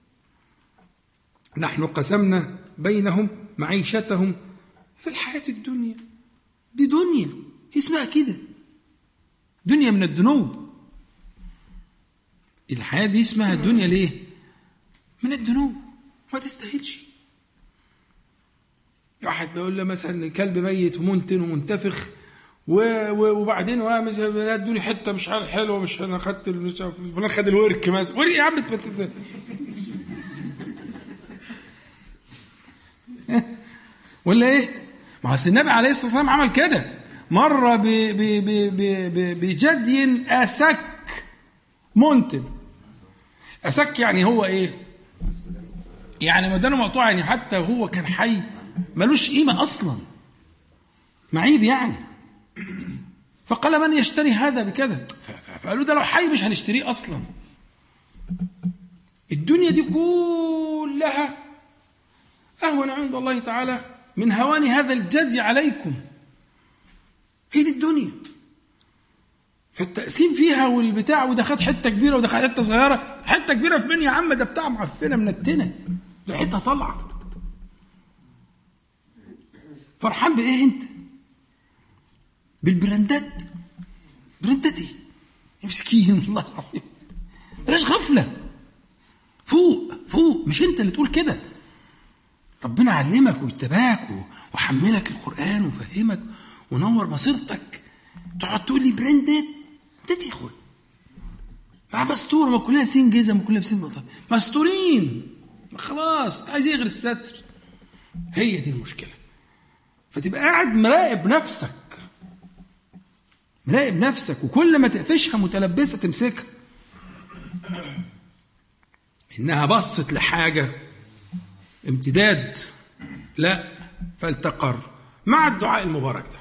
نحن قسمنا بينهم معيشتهم في الحياة الدنيا. دي دنيا اسمها كده، دنيا من الدنو. الحياة دي اسمها دنيا ليه؟ من الدنو، ما تستاهلش. واحد بيقول له مثلا كلب ميت ومنتن ومنتفخ وبعدين ادوني حته مش حلوه، مش انا خدت فلان خد الورك مثلا. ورك يا عم ولا ايه؟ ما هو النبي عليه الصلاه والسلام عمل كده مره بجدي اسك منتن. اسك يعني هو ايه؟ يعني مدانه مقطوع، يعني حتى هو كان حي ملوش قيمه اصلا، معيب يعني. فقال من يشتري هذا بكذا؟ فقالوا ده لو حي مش هنشتريه اصلا. الدنيا دي كلها اهون عند الله تعالى من هوان هذا الجدي عليكم. هي دي الدنيا. فالتقسيم فيها والبتاع، وده خد حته كبيره وده خد حته صغيره. حته كبيره في مين يا عم؟ ده بتاع معفنه منتنه، ده حته طلعت. فرحان بايه انت؟ بالبراندات. براندتي مسكين والله العظيم. بلاش غفله. فوق مش انت اللي تقول كده. ربنا علمك واجتباك وحملك القرآن وفهمك ونور بصيرتك، تقعد تقول لي براندات؟ ده تدخل مع مستور، ما كلنا لابسين جزم وكلنا لابسين بطاطا مستورين، خلاص عايز يغري الستر. هي دي المشكله. فتبقى قاعد مراقب نفسك وكل ما تقفشها متلبسه تمسكها. انها بصت لحاجه امتداد، لا، فالتقر مع الدعاء المبارك ده.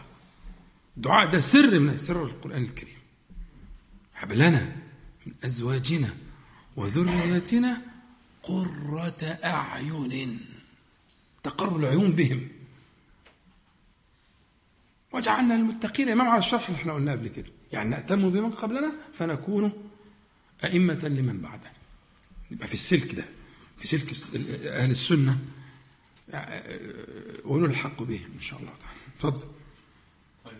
الدعاء ده سر من اسرار القرآن الكريم. هب لنا من ازواجنا وذريتنا قرة أعين، تقر العيون بهم، وجعلنا للمتقين إمام، على الشرح اللي احنا قلناه قبل كده، يعني نأتم بمن قبلنا فنكون أئمة لمن بعدنا. يبقى في السلك ده، في سلك أهل السنة، ونلحق بهم إن شاء الله تعالى. اتفضل. طيب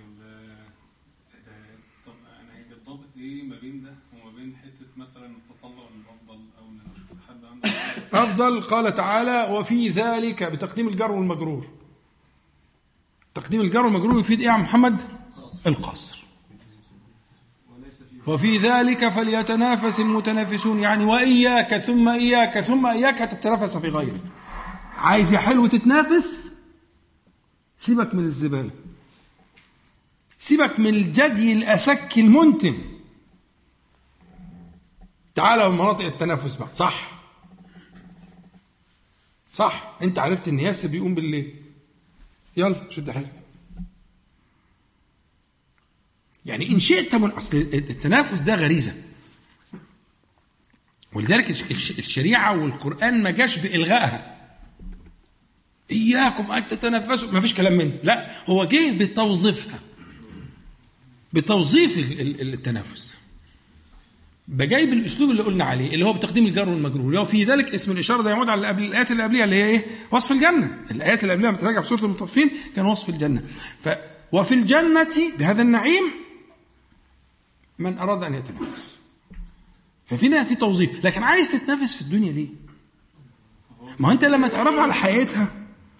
طب يعني الضابط ايه ما بين ده وما بين حته مثلا التطلع للافضل، او ان لو شفت حد عنده أفضل؟ قال تعالى وفي ذلك، بتقديم الجر والمجرور. تقديم الجر والمجرور يفيد ايه يا محمد؟ القصر. وفي ذلك فليتنافس المتنافسون، يعني وإياك ثم إياك ثم إياك تتنافس في غيره. عايز يا حلو تتنافس، سيبك من الزبالة، سيبك من الجدي الأسك المنتن، تعالى مناطق التنافس بقى. صح انت عرفت ان ياسر بيقوم بالليل، يلا شد حيلك. يعني إن شئت من أصل التنافس ده غريزة، ولذلك الشريعة والقرآن ما جاش بإلغائها، إياكم أن تتنافسوا، ما فيش كلام منه، لا هو جه بتوظيفها، بتوظيف التنافس، بجايب الأسلوب اللي قلنا عليه اللي هو بتقديم الجر والمجرور. لو في ذلك اسم الإشارة ده يعود على الآيات اللي قبلها اللي هي إيه؟ وصف الجنة. الآيات اللي قبلها بتراجع في سورة المطففين كان وصف الجنة. وفي الجنة بهذا النعيم من أراد أن يتنافس، ففينا في توظيف. لكن عايز تتنافس في الدنيا ليه؟ ما أنت لما تعرف على حياتها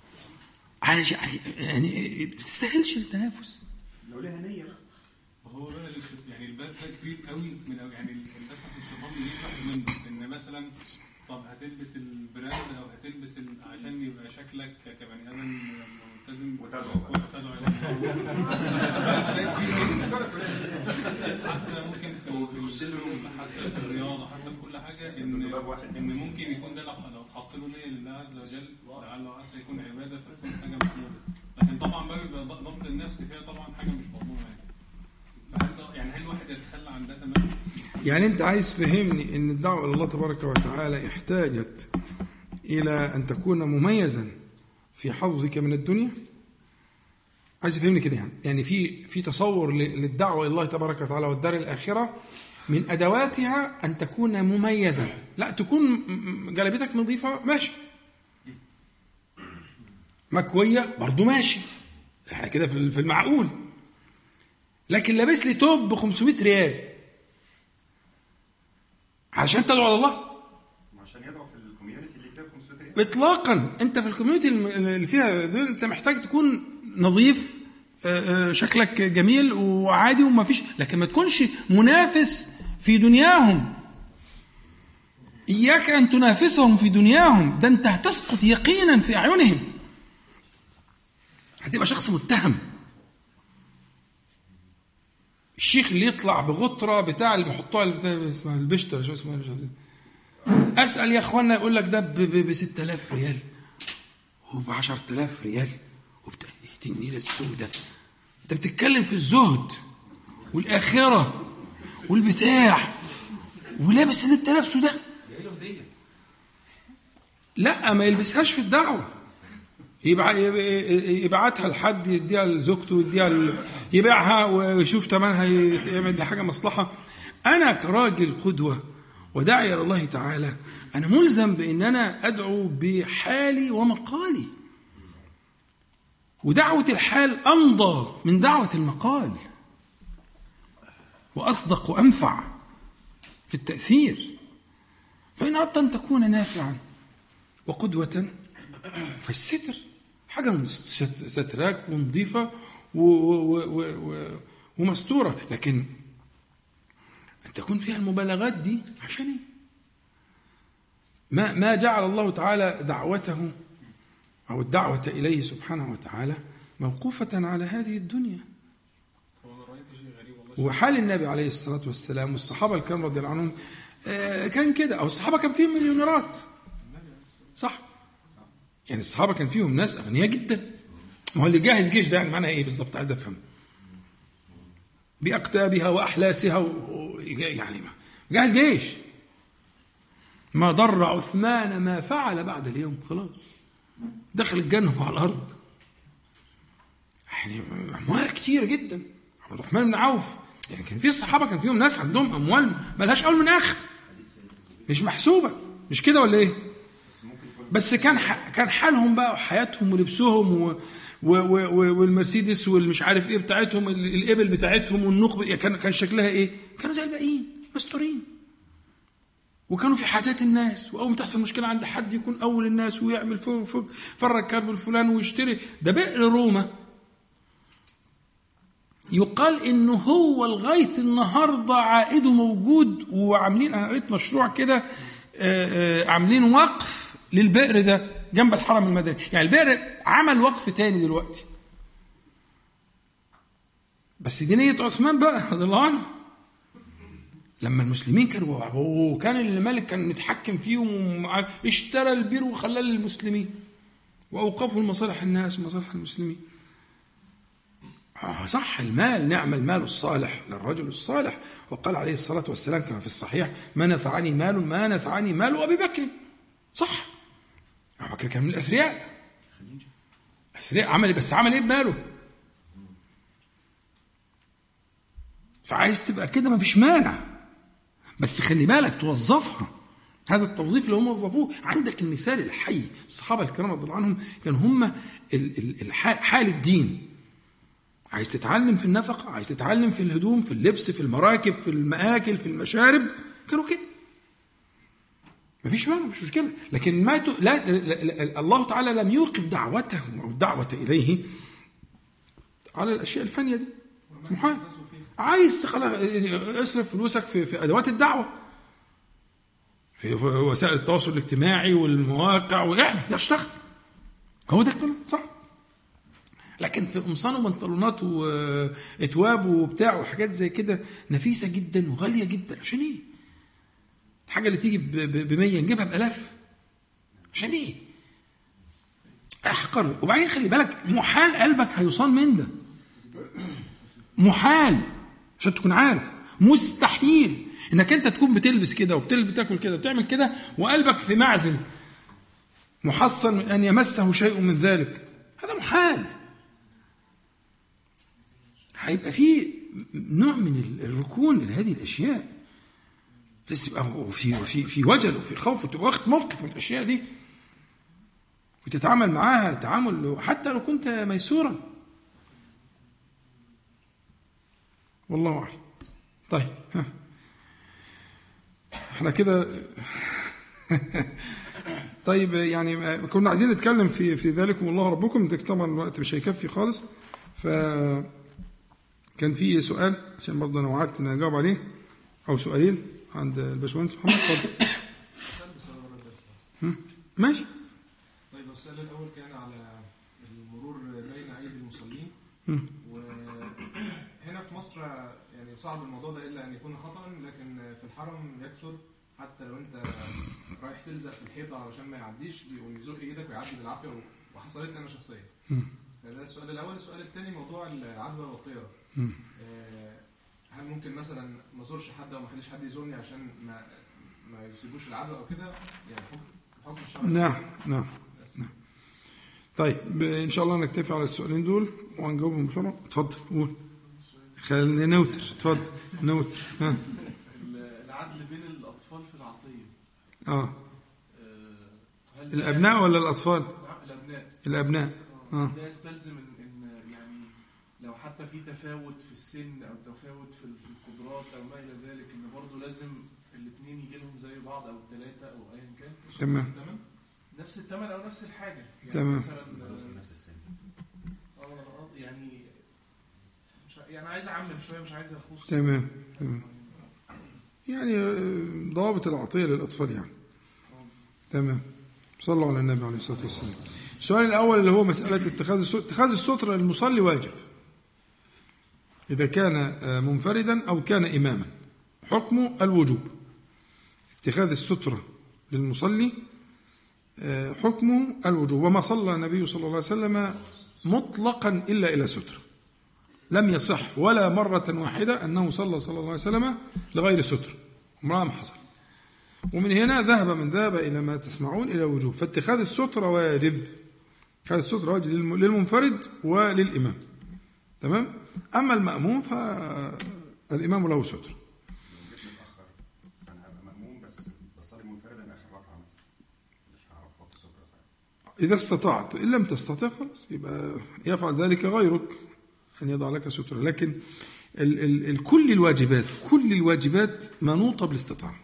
يعني تستاهلش التنافس. لو ليها نية هو بقى يعني الباب ده كبير قوي من يعني للاسف الشيطان بيجيب واحد من ان مثلا طب هتلبس البراند او هتلبس عشان يبقى شكلك كبني ادم ملتزم وتدعو حتى ممكن في السلم، حتى في الرياضه، حتى في كل حاجه، ان ممكن يكون ده لو اتحط له نيه لله عز وجل لعل وعسى يكون عباده فتكون حاجه محموده. لكن طبعا بقى يبقى ضبط النفس فيها طبعا حاجه مش مضمونه يعني هل الواحد يتخلى عن ده تماما؟ يعني انت عايز فهمني ان الدعوه الى الله تبارك وتعالى احتاجت الى ان تكون مميزا في حظك من الدنيا؟ عايز فهمني كده يعني في تصور للدعوه الى الله تبارك وتعالى والدار الاخره من ادواتها ان تكون مميزا. لا تكون جلابيتك نظيفه ماشي، مكويه برضو ماشي، احنا كده في المعقول. لكن لابس لي توب ب 500 ريال عشان تدعو على الله، عشان يدعو في الكوميونتي اللي فيها 500 ريال اطلاقا. انت في الكوميونتي اللي فيها دول انت محتاج تكون نظيف، شكلك جميل وعادي وما فيش، لكن ما تكونش منافس في دنياهم. اياك ان تنافسهم في دنياهم، ده انت هتسقط يقينا في اعينهم، هتبقى شخص متهم. الشيخ اللي يطلع بغطرة بتاع اللي بيحطوها اسمها البشتة شو اسمها، أسأل يا أخوانا يقول لك ده ب 6000 ريال وب 10000 ريال وبتأتي النيلة السوداء. أنت بتتكلم في الزهد والآخرة والبتاع ولابس اللي أنت لابسه ده. لا ما يلبسهاش في الدعوة، يبعتها لحد يديها لزوجته يبيعها ويشوف ثمنها يعمل بحاجه مصلحه. انا كراجل قدوه وداعي الى الله تعالى انا ملزم بان انا ادعو بحالي ومقالي، ودعوه الحال امضى من دعوه المقال واصدق وانفع في التاثير. فان اردت ان تكون نافعا وقدوه فالستر حاجة ستراك ونظيفة ومستورة، لكن أن تكون فيها المبالغات دي عشان إيه؟ ما جعل الله تعالى دعوته أو الدعوة إليه سبحانه وتعالى موقوفة على هذه الدنيا. وحال النبي عليه الصلاة والسلام والصحابة الكرام رضي الله عنهم كان كده، أو الصحابة كان فيهم مليونيرات صح؟ يعني الصحابة كان فيهم ناس أغنياء جدا. ما هو اللي جاهز جيش ده يعني معناه إيه بالضبط؟ عايز أفهم. بأقتابها وأحلاسها يعني جاهز جيش. ما ضر عثمان ما فعل بعد اليوم، خلاص دخل الجنة على الأرض. يعني أموال كتير جدا. عبد الرحمن بن عوف، يعني كان في الصحابة كان فيهم ناس عندهم أموال ملهاش أول من آخر، مش محسوبة، مش كده ولا إيه؟ بس كان حالهم بقى وحياتهم ولبسهم والمرسيدس والمش عارف إيه بتاعتهم، الإبل بتاعتهم والنقب، كان شكلها إيه؟ كانوا زي الباقيين مستورين، وكانوا في حاجات الناس، وأول ما تحصل مشكلة عند حد يكون أول الناس ويعمل فرق كرب الفلان ويشتري. ده بئر روما يقال إنه هو لغاية النهاردة عائده موجود، وعاملين، أنا قريت مشروع كده عاملين وقف للبئر ده جنب الحرم المدني. يعني البئر عمل وقف تاني دلوقتي، بس دي نية عثمان بقى رضي الله عنه، لما المسلمين كانوا، وكان الملك كان متحكم فيهم، اشترى البئر وخلاه للمسلمين وأوقفوا المصالح الناس ومصالح المسلمين. صح، المال نعم المال الصالح للرجل الصالح، وقال عليه الصلاة والسلام كما في الصحيح: ما نفعني مال أبي بكر. صح، أبو بكر كان من الأثرياء، عمل إيه بماله؟ فعايز تبقى كده ما فيش مانع، بس خلي بالك توظفها. هذا التوظيف اللي هم وظفوه، عندك المثال الحي، الصحابة الكرام رضي الله عنهم كانوا هم حال الدين. عايز تتعلم في النفقة، عايز تتعلم في الهدوم، في اللبس، في المراكب، في المآكل، في المشارب، كانوا كده مفيش مانع، مش مشكلة. لكن لا الله تعالى لم يوقف دعوته أو الدعوة إليه على الأشياء الفانية دي. محال، عايز اصرف فلوسك في أدوات الدعوة، في وسائل التواصل الاجتماعي والمواقع، ويعني يشتغل، هو ده الكلام صح. لكن في قمصان وبنطلونات واتواب وبتاع وحاجات زي كده نفيسة جدا وغالية جدا، عشان ايه؟ الحاجة اللي تيجي ب100 نجيبها ب1000 عشان ايه؟ احقر. وبعدين خلي بالك، محال قلبك هيصان من ده، محال، عشان تكون عارف، مستحيل انك انت تكون بتلبس كده وبتاكل كده وبتعمل كده وقلبك في معزل محصن من ان يمسه شيء من ذلك، هذا محال. هيبقى فيه نوع من الركون لهذه الاشياء، لازم تبقى في وجل وفي خوف، وتبقى واخد موقف من الاشياء دي وتتعامل معاها تعامل حتى لو كنت ميسورا. والله اعلم. طيب احنا كده طيب، يعني كنا عايزين نتكلم في ذلكم والله ربكم، ده طبعا الوقت مش هيكفي خالص. فكان في سؤال عشان برضه انا وعدت ان اجاوب عليه، او سؤالين عند الباشمهندس محمد. اتفضل. ماشي. طيب السؤال الاول كان على المرور بين ايدي المصلين، وهنا في مصر يعني صعب الموضوع ده الا ان يكون خطأ، لكن في الحرم يكثر، حتى لو انت رايح تلزق في الحيطه علشان ما يعديش بيقوم يزق ايدك ويعدي بالعافيه، وحصلت لي انا شخصيا. فده السؤال الاول. السؤال الثاني موضوع العدوى والطيره. هل ممكن مثلا ما ازورش حد او ما اخليش حد يزورني عشان ما يصيبوش العدوى او كده؟ يعني حكم الشرع. نعم. طيب ان شاء الله نكتفي على السؤالين دول وهنجاوبهم بسرعه. اتفضل قول. خلينا نوتر. اتفضل نوتر. العدل بين الاطفال في العطيه. الابناء ولا الاطفال؟ الابناء. ده يستلزم ان يعني لو حتى في تفاوت في السن او تفاوت في القدرات او ما الى ذلك، ان برضه لازم الاثنين يجي لهم زي بعض او الثلاثه او ايا كان. تمام. نفس الثمن او نفس الحاجه. يعني تمام. مثلا نفس السن. يعني عايز اعمم شويه، مش عايز اخص. تمام. يعني ضوابط العطيه للاطفال يعني. تمام. صلوا على النبي عليه الصلاه والسلام. السؤال الاول اللي هو مساله اتخاذ الستره للمصلي واجب اذا كان منفردا او كان اماما. حكمه الوجوب. اتخاذ الستره للمصلي حكمه الوجوب، وما صلى النبي صلى الله عليه وسلم مطلقا الا الى ستره. لم يصح ولا مرة واحدة أنه صلى الله عليه وسلم لغير ستر، عمرها ما حصل. ومن هنا ذهب من ذهب إلى ما تسمعون إلى وجوب. فاتخاذ السترة واجب، اتخاذ السترة واجب للمنفرد وللإمام. تمام. أما المأموم فالإمام له ستر. لو جيت متأخر أنا هبقى مأموم بس بصلي منفردا آخر ركعة مثلا، مش هعرف أحط سترة ساعتها. إذا استطعت، إن لم تستطع خلاص يبقى يفعل ذلك غيرك أن يضع لك سترة. لكن كل الواجبات منوطة بالاستطاعة.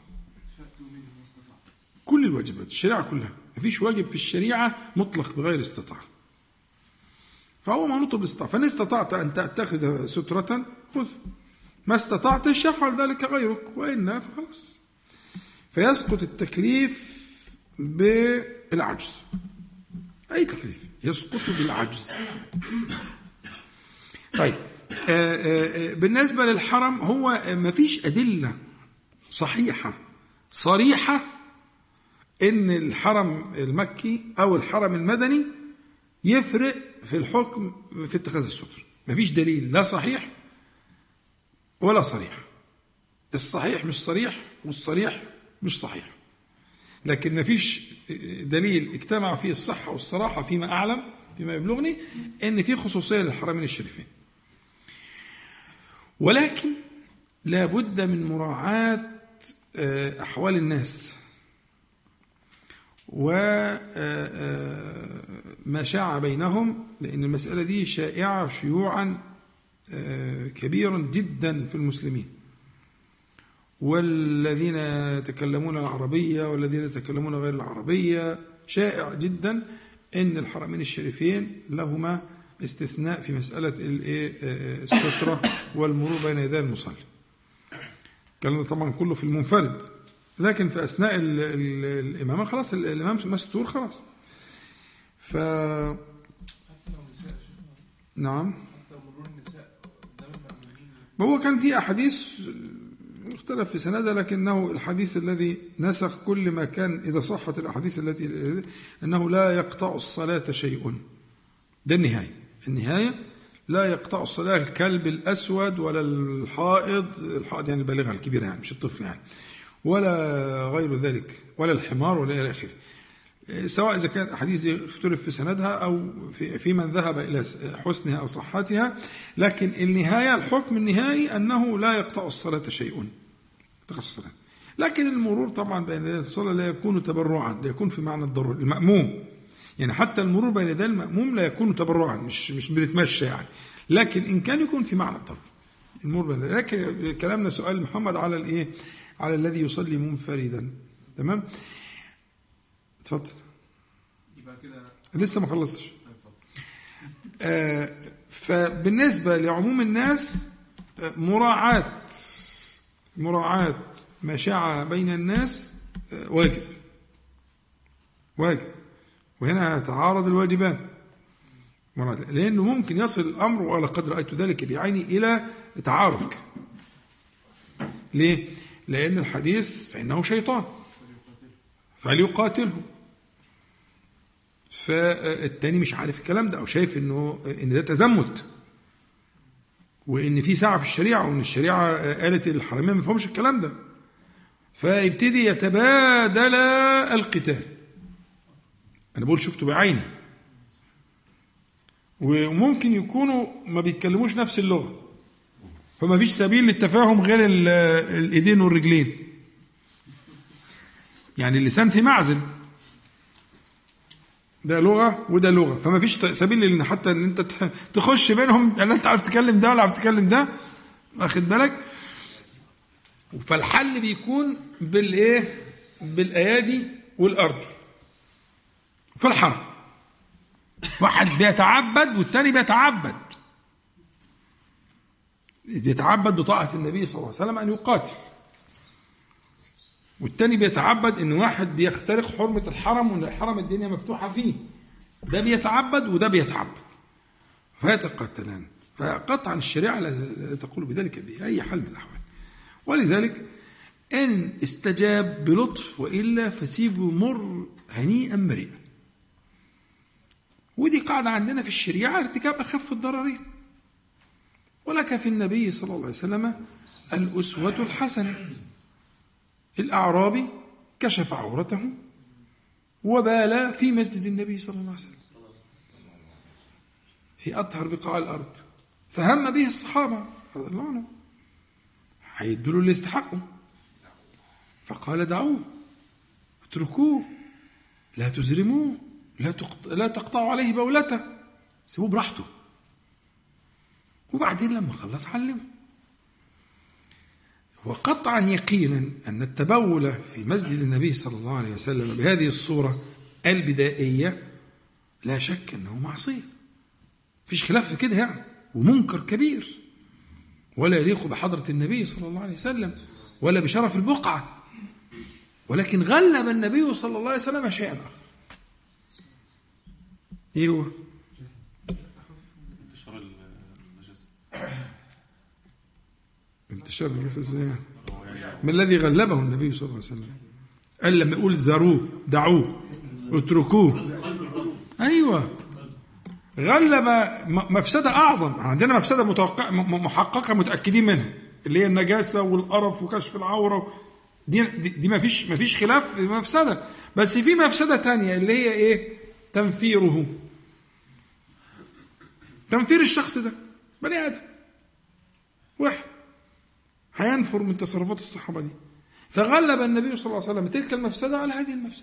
كل الواجبات الشريعة كلها، ما فيش واجب في الشريعة مطلق بغير استطاعة، فهو منوط بالاستطاعة. فإن استطعت أن تأخذ سترة خذ، ما استطعتش يفعل ذلك غيرك، وإلا فخلاص. فيسقط التكليف بالعجز، أي تكليف يسقط بالعجز. طيب بالنسبة للحرم، هو ما فيش أدلة صحيحة صريحة إن الحرم المكي أو الحرم المدني يفرق في الحكم في اتخاذ الستر. ما فيش دليل لا صحيح ولا صريح. الصحيح مش صريح والصريح مش صحيح، لكن ما فيش دليل اجتمع فيه الصحة والصراحة فيما أعلم فيما يبلغني إن في خصوصية للحرمين الشريفين. ولكن لا بد من مراعاة أحوال الناس وما شاع بينهم، لأن المسألة دي شائعة شيوعا كبيرا جدا في المسلمين، والذين يتكلمون العربية والذين يتكلمون غير العربية. شائع جدا أن الحرمين الشريفين لهما استثناء في مسألة السترة والمرور بين يدي المصلي. كلام طبعا كله في المنفرد، لكن في أثناء الإمامة خلاص الإمام مستور خلاص. نعم. هو كان في أحاديث مختلف في سندها، لكنه الحديث الذي نسخ كل ما كان إذا صحت الأحاديث التي أنه لا يقطع الصلاة شيء. ده النهاية لا يقطع الصلاة الكلب الأسود ولا الحائض يعني البالغة الكبيرة يعني مش الطفل يعني، ولا غير ذلك، ولا الحمار ولا إلى آخره. سواء إذا كانت الأحاديث دي اختلف في سندها أو في من ذهب إلى حسنها أو صحتها، لكن النهاية الحكم النهائي أنه لا يقطع الصلاة شيء. لكن المرور طبعا بين يدي الصلاة لا يكون تبرعا، لا يكون في معنى الضرورة المأموم، يعني حتى المرور بين يدي المأموم لا يكون تبرعا، مش بتتمشى يعني، لكن إن كان يكون في معنى الضرورة المرور بين. لكن كلامنا سؤال محمد على على الذي يصلي منفردا. تمام. اتفضل. يبقى كده لسه ما خلصتش. فبالنسبة لعموم الناس مراعاة ما شاع بين الناس واجب، وهنا يتعارض الواجبان، لأنه ممكن يصل الأمر، وعلى قد رأيت ذلك بعيني، إلى تعارك. ليه؟ لأن الحديث فإنه شيطان فليقاتله، فالتاني مش عارف الكلام ده، أو شايف إن ده تزمت، وإن في ساعة في الشريعة، وإن الشريعة قالت الحرمين ما فهمش الكلام ده، فيبتدي يتبادل القتال. أنا بقول شفته بعيني، وممكن يكونوا ما بيتكلموش نفس اللغة، فما فيش سبيل للتفاهم غير الإيدين والرجلين، يعني اللسان في معزل، ده لغة وده لغة، فما فيش سبيل حتى ان انت تخش بينهم، لا انت عارف تتكلم ده ولا عارف تتكلم ده، واخد بالك. فالحل بيكون بالايادي والارجل في الحرم. واحد بيتعبد والتاني بيتعبد بطاعة النبي صلى الله عليه وسلم أن يقاتل، والتاني بيتعبد ان واحد بيخترق حرمة الحرم، وان الحرم الدنيا مفتوحة فيه، ده بيتعبد وده بيتعبد، فيتقاتلان. فقطعا الشريعة لا تقول بذلك بأي حال من الأحوال. ولذلك إن استجاب بلطف، وإلا فسيبه مر هنيئا مريئا. ودي قاعدة عندنا في الشريعة، ارتكاب أخف الضررين. ولك في النبي صلى الله عليه وسلم الأسوة الحسنة. الأعرابي كشف عورته وبال في مسجد النبي صلى الله عليه وسلم في أطهر بقاع الأرض، فهم به الصحابة رضي الله عنهم هيدوا اللي يستحقوا، فقال دعوه اتركوه لا تزرموه لا تقطعوا عليه بولته، سيبوه براحته. وبعدين لما خلص علمه. وقطعا يقينا أن التبول في مسجد النبي صلى الله عليه وسلم بهذه الصورة البدائية لا شك أنه معصية، فيش خلاف في كده يعني، ومنكر كبير ولا يليق بحضرة النبي صلى الله عليه وسلم ولا بشرف البقعة. ولكن غلب النبي صلى الله عليه وسلم شيئا آخر. إيه هو؟ انتشار النجاسة ازاي؟ ما الذي غلبه النبي صلى الله عليه وسلم؟ قال لما يقول ذروه دعوه اتركوه، ايوه غلب مفسدة اعظم. عندنا مفسدة محققة متأكدين منها اللي هي النجاسة والقرف وكشف العورة، دي ما فيش خلاف في مفسدة. بس في مفسدة تانية اللي هي ايه؟ تنفيره، تنفير الشخص ده بني آدم واحد هينفر من تصرفات الصحابة دي، فغلب النبي صلى الله عليه وسلم تلك المفسدة على هذه المفسدة.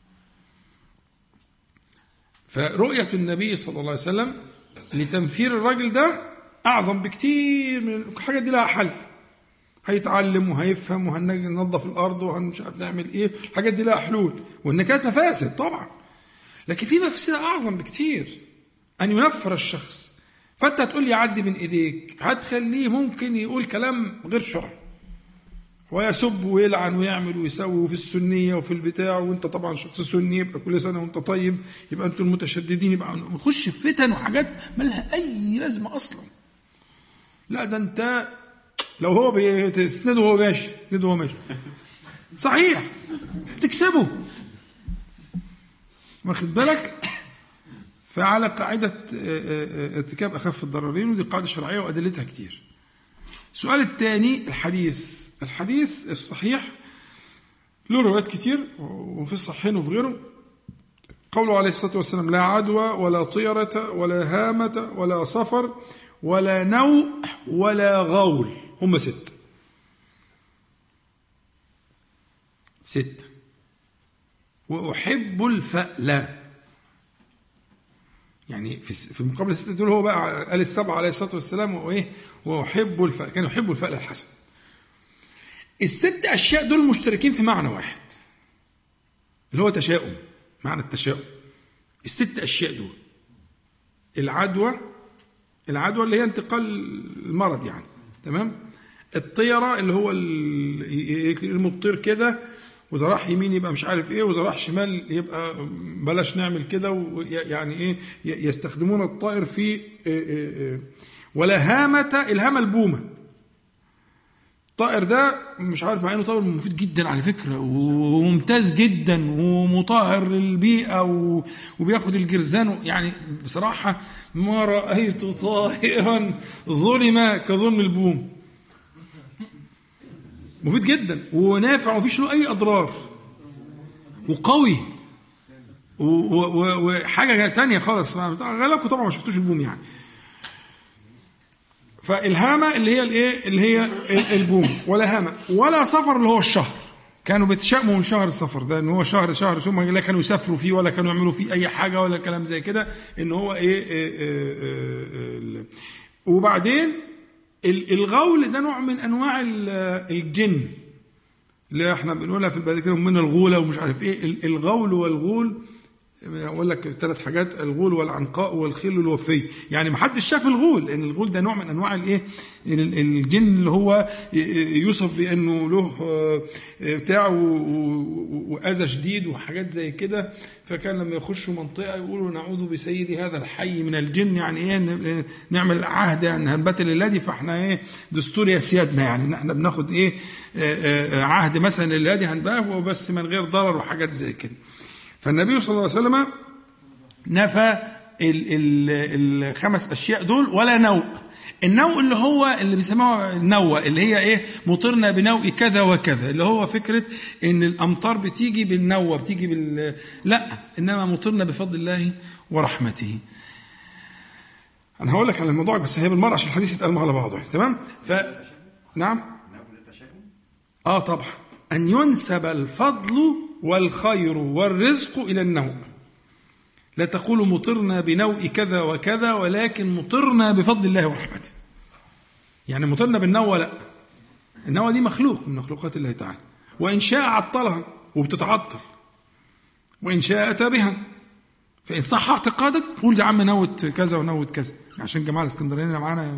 فرؤية النبي صلى الله عليه وسلم لتنفير الرجل ده أعظم بكتير من الحاجات دي. لها حل، هيتعلم وهيفهم وهننظف الأرض وهنمش عارف نعمل إيه، الحاجات دي لها حلول، وإن كانت مفاسد طبعا، لكن في مفسدة أعظم بكتير أن ينفر الشخص. فأنت هتقول لي عدي من إيديك، هتخليه ممكن يقول كلام غير شرعي ويسب ويلعن ويعمل ويسوي وفي السنية وفي البتاع، وانت طبعا شخص سني يبقى كل سنة وانت طيب، يبقى انتوا المتشددين، يبقى نخش في فتن وحاجات مالها أي لازمة أصلا. لا ده انت لو هو بيسنده وهو ماشي تسنده وهو ماشي صحيح تكسبه، واخد بالك؟ فعلى قاعدة ارتكاب أخف الضررين، ودي قاعدة شرعية وأدلتها كتير. السؤال الثاني الحديث الصحيح له روايات كتير وفي الصحيحين وفي غيره. قوله عليه الصلاة والسلام لا عدوى ولا طيرة ولا هامة ولا صفر ولا نوء ولا غول، هم 6 وأحب الفأل، يعني في مقابل 6 دول هو بقى قال 7 عليه الصلاة والسلام وإيه وأحب الفأل، كان يحب الفأل الحسن. 6 أشياء دول مشتركين في معنى واحد اللي هو تشاؤم، معنى التشاؤم. 6 أشياء دول العدوى اللي هي انتقال المرض يعني، تمام. الطيرة اللي هو المطير كده، وإذا راح يمين يبقى مش عارف ايه، وإذا راح شمال يبقى بلاش نعمل كده، يعني ايه يستخدمون الطائر في ولا هامة، الهامة البومة. الطائر ده مش عارف مع انه طائر مفيد جدا على فكرة وممتاز جدا ومطهر للبيئة وبياخد الجرذان، يعني بصراحة ما رأيت طائرا ظلم كظلم البوم. مفيد جدا ونافع ومفيش له اي اضرار وقوي وحاجه تانية خالص. غالبكم طبعا ما شفتوش البوم يعني. فالهامه اللي هي الايه اللي هي البوم، ولا هامه ولا صفر اللي هو الشهر. كانوا بيتشائموا من شهر الصفر ده، ان هو شهر ثم لا كانوا يسافروا فيه ولا كانوا يعملوا فيه اي حاجه ولا كلام زي كده، ان هو ايه. وبعدين الغول ده نوع من انواع الجن اللي احنا بنقولها في البلد من الغوله ومش عارف ايه. الغول والغول اقول لك 3 حاجات: الغول والعنقاء والخل الوفي. يعني ما حدش شاف الغول، لان الغول ده نوع من انواع الايه الجن اللي هو يوصف بانه له بتاع واذى شديد وحاجات زي كده. فكان لما يخشوا منطقه يقولوا نعوذ بسيد هذا الحي من الجن، يعني ايه نعمل عهد ان هنبتل الذي، فاحنا ايه دستور يا سيادنا، يعني احنا بناخد ايه عهد مثلا الذي هنباه بس من غير ضرر وحاجات زي كده. فالنبي صلى الله عليه وسلم نفى ال5 أشياء دول. ولا نوء. النوء اللي هو اللي بيسموه النوى، اللي هي ايه؟ مطرنا بنوء كذا وكذا، اللي هو فكرة ان الامطار بتيجي بالنوى، بتيجي لا، انما مطرنا بفضل الله ورحمته. انا هقول لك على الموضوع بس هي بالمرة عشان الحديث يتقال على بعضه، تمام؟ نعم. طبعا ان ينسب الفضل والخير والرزق الى النوء. لا تقولوا مطرنا بنوء كذا وكذا، ولكن مطرنا بفضل الله ورحمته. يعني مطرنا بالنوى لا، النوى دي مخلوق من مخلوقات الله تعالى، وإن شاء عطلها وبتتعطل، وإن شاء أتى بها. فإن صح اعتقادك قول يا عم نوت كذا ونوت كذا، عشان جماعة الاسكندرانيين معانا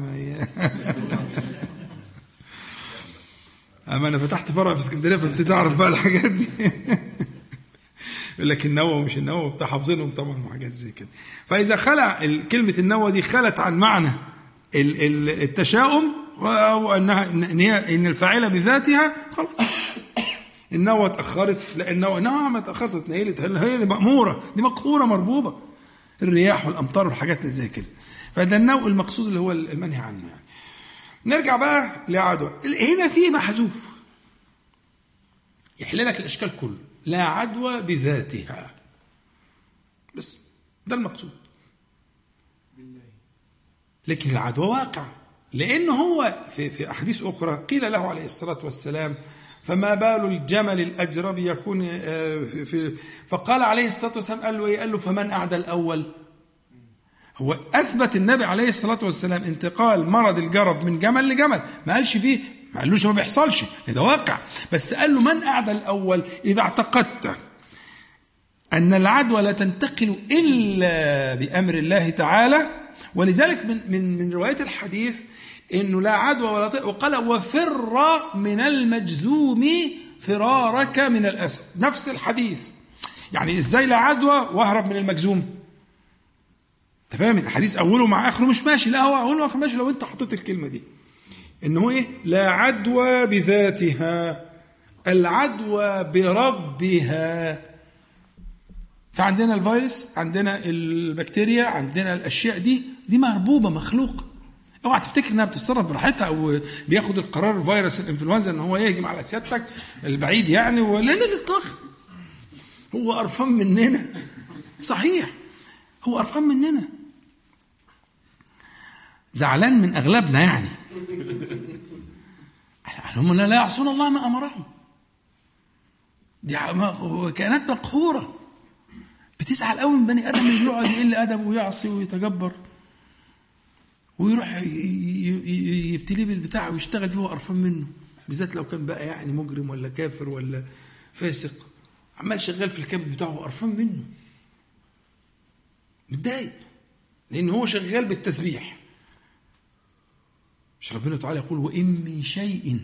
أما أنا فتحت فرع في اسكندرية فبتتعرف بقى الحاجات دي يقول لك النوى ومش النوى بتاع حافظينهم طبعا وحاجات زي كده. فإذا خلع كلمة النوى دي خلت عن معنى التشاؤم أو إن الفاعلة بذاتها، خلاص النوى اتأخرت، لا النوى ما اتأخرت اتنقلت، هي اللي مأمورة، دي مقهورة مربوبة، الرياح والأمطار والحاجات اللي زي كده. فده النوء المقصود اللي هو المنهي عنه يعني. نرجع بقى لعدوى. هنا في محذوف يحل لك الإشكال كله، لا عدوى بذاتها، بس ده المقصود. لكن العدوى واقع، لأنه هو في أحاديث أخرى قيل له عليه الصلاة والسلام فما بال الجمل الأجرب يكون فقال عليه الصلاة والسلام قال له إيه؟ قال له فمن أعدى الأول. هو أثبت النبي عليه الصلاة والسلام انتقال مرض الجرب من جمل لجمل، ما قالش فيه، ما قالوش ما بيحصلش، ده واقع، بس قال له من أعدى الأول. إذا اعتقدت أن العدوى لا تنتقل إلا بأمر الله تعالى، ولذلك من رواية الحديث إنه لا عدوى ولا طيب، وقال وفر من المجزوم فرارك من الأسد، نفس الحديث. يعني إزاي لا عدوى وأهرب من المجزوم؟ أنت فاهم الحديث أوله مع آخره مش ماشي، لا هو أوله مش ماشي لو أنت حطيت الكلمة دي، إنه إيه؟ لا عدوى بذاتها، العدوى بربها. فعندنا الفيروس، عندنا البكتيريا، عندنا الأشياء دي مربوبة مخلوقة. اوعى تفتكر انها بتتصرف براحتها او بياخد القرار فيروس الانفلونزا ان هو يهجم على سيادتك البعيد يعني، ولا الاطلاق. هو قرفان مننا، صحيح هو قرفان مننا، زعلان من اغلبنا يعني. هم لا يعصون الله ما امرهم، دي كائنات مقهوره، بتزعل قوي من بني ادم اللي يقعد يقل ادبه ويعصي ويتجبر ويروح يبتليه بالبتاع ويشتغل فيه وقرفان منه، بالذات لو كان بقى يعني مجرم ولا كافر ولا فاسق، عمال شغال في الكبد بتاعه وقرفان منه، متضايق لأن هو شغال بالتسبيح. مش ربنا تعالى يقول وإن من شيء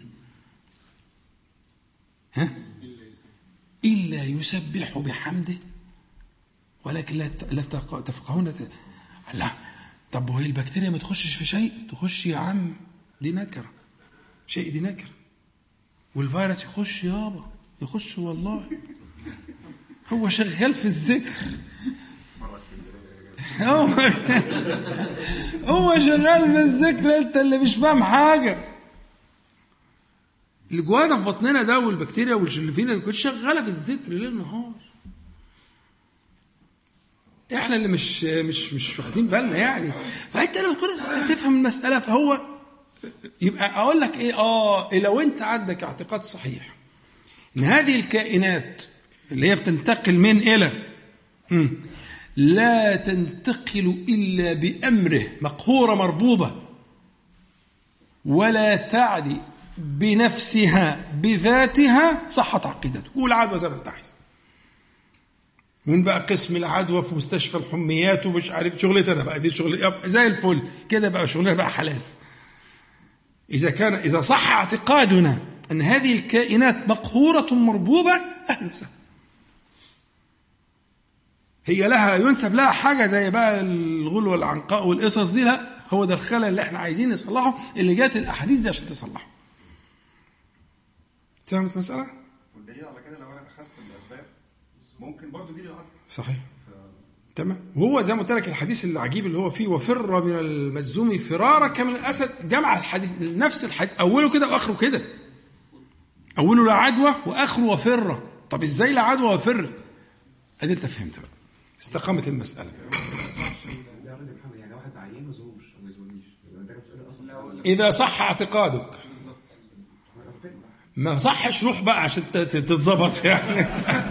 إلا يسبح بحمده ولكن لا تفقهون. لا، طب وهي البكتيريا ما تخشش في شيء؟ تخش يا عم، دي نكرة، شيء دي نكرة. والفيروس يخش يابا، يخش والله، هو شغال في الذكر هو شغال في الذكر، انت اللي مش فاهم حاجة. اللي جوانا في بطننا ده والبكتيريا واللي فينا كنت شغالة في الذكر ليل نهار، احنا اللي مش واخدين بالنا يعني. فانت لما تكون تفهم المساله، فهو يبقى اقول لك ايه، لو انت عندك اعتقاد صحيح ان هذه الكائنات اللي هي بتنتقل من الى لا تنتقل الا بامره، مقهوره مربوبه، ولا تعدي بنفسها بذاتها، صحت عقيدته. قول عدوى زي ما انت عايز، من بقى قسم العدوى في مستشفى الحميات ومش عارف شغلتنا بقى دي شغل زي الفل كده، بقى شغلنا بقى حلال. إذا صح اعتقادنا أن هذه الكائنات مقهورة مربوبة، أهلا وسهلا. هي لها ينسب لها حاجة زي بقى الغل والعنقاء والقصص دي، لا، هو ده الخلل اللي احنا عايزين نصلحه، اللي جات الأحاديث دي عشان تصلحه. فهمت المسألة؟ والدليل على كده لو أنا أخذت بالأسباب ممكن برضو يجي العدوى. صحيح. تمام. وهو زي ما قلت لك الحديث العجيب اللي هو فيه وفر من المجزوم فرارك من الاسد، جمع الحديث نفس الحديث، اوله كده واخره كده، اوله لا عدوى واخره وفر. طب ازاي لا عدوى وفر؟ ادي انت فهمت بقى، استقامت المساله. يعني واحد عيان ما زوروش وما يزورنيش، ده كان سؤال اصلا. اذا صح اعتقادك، ما صحش روح بقى عشان تتظبط يعني.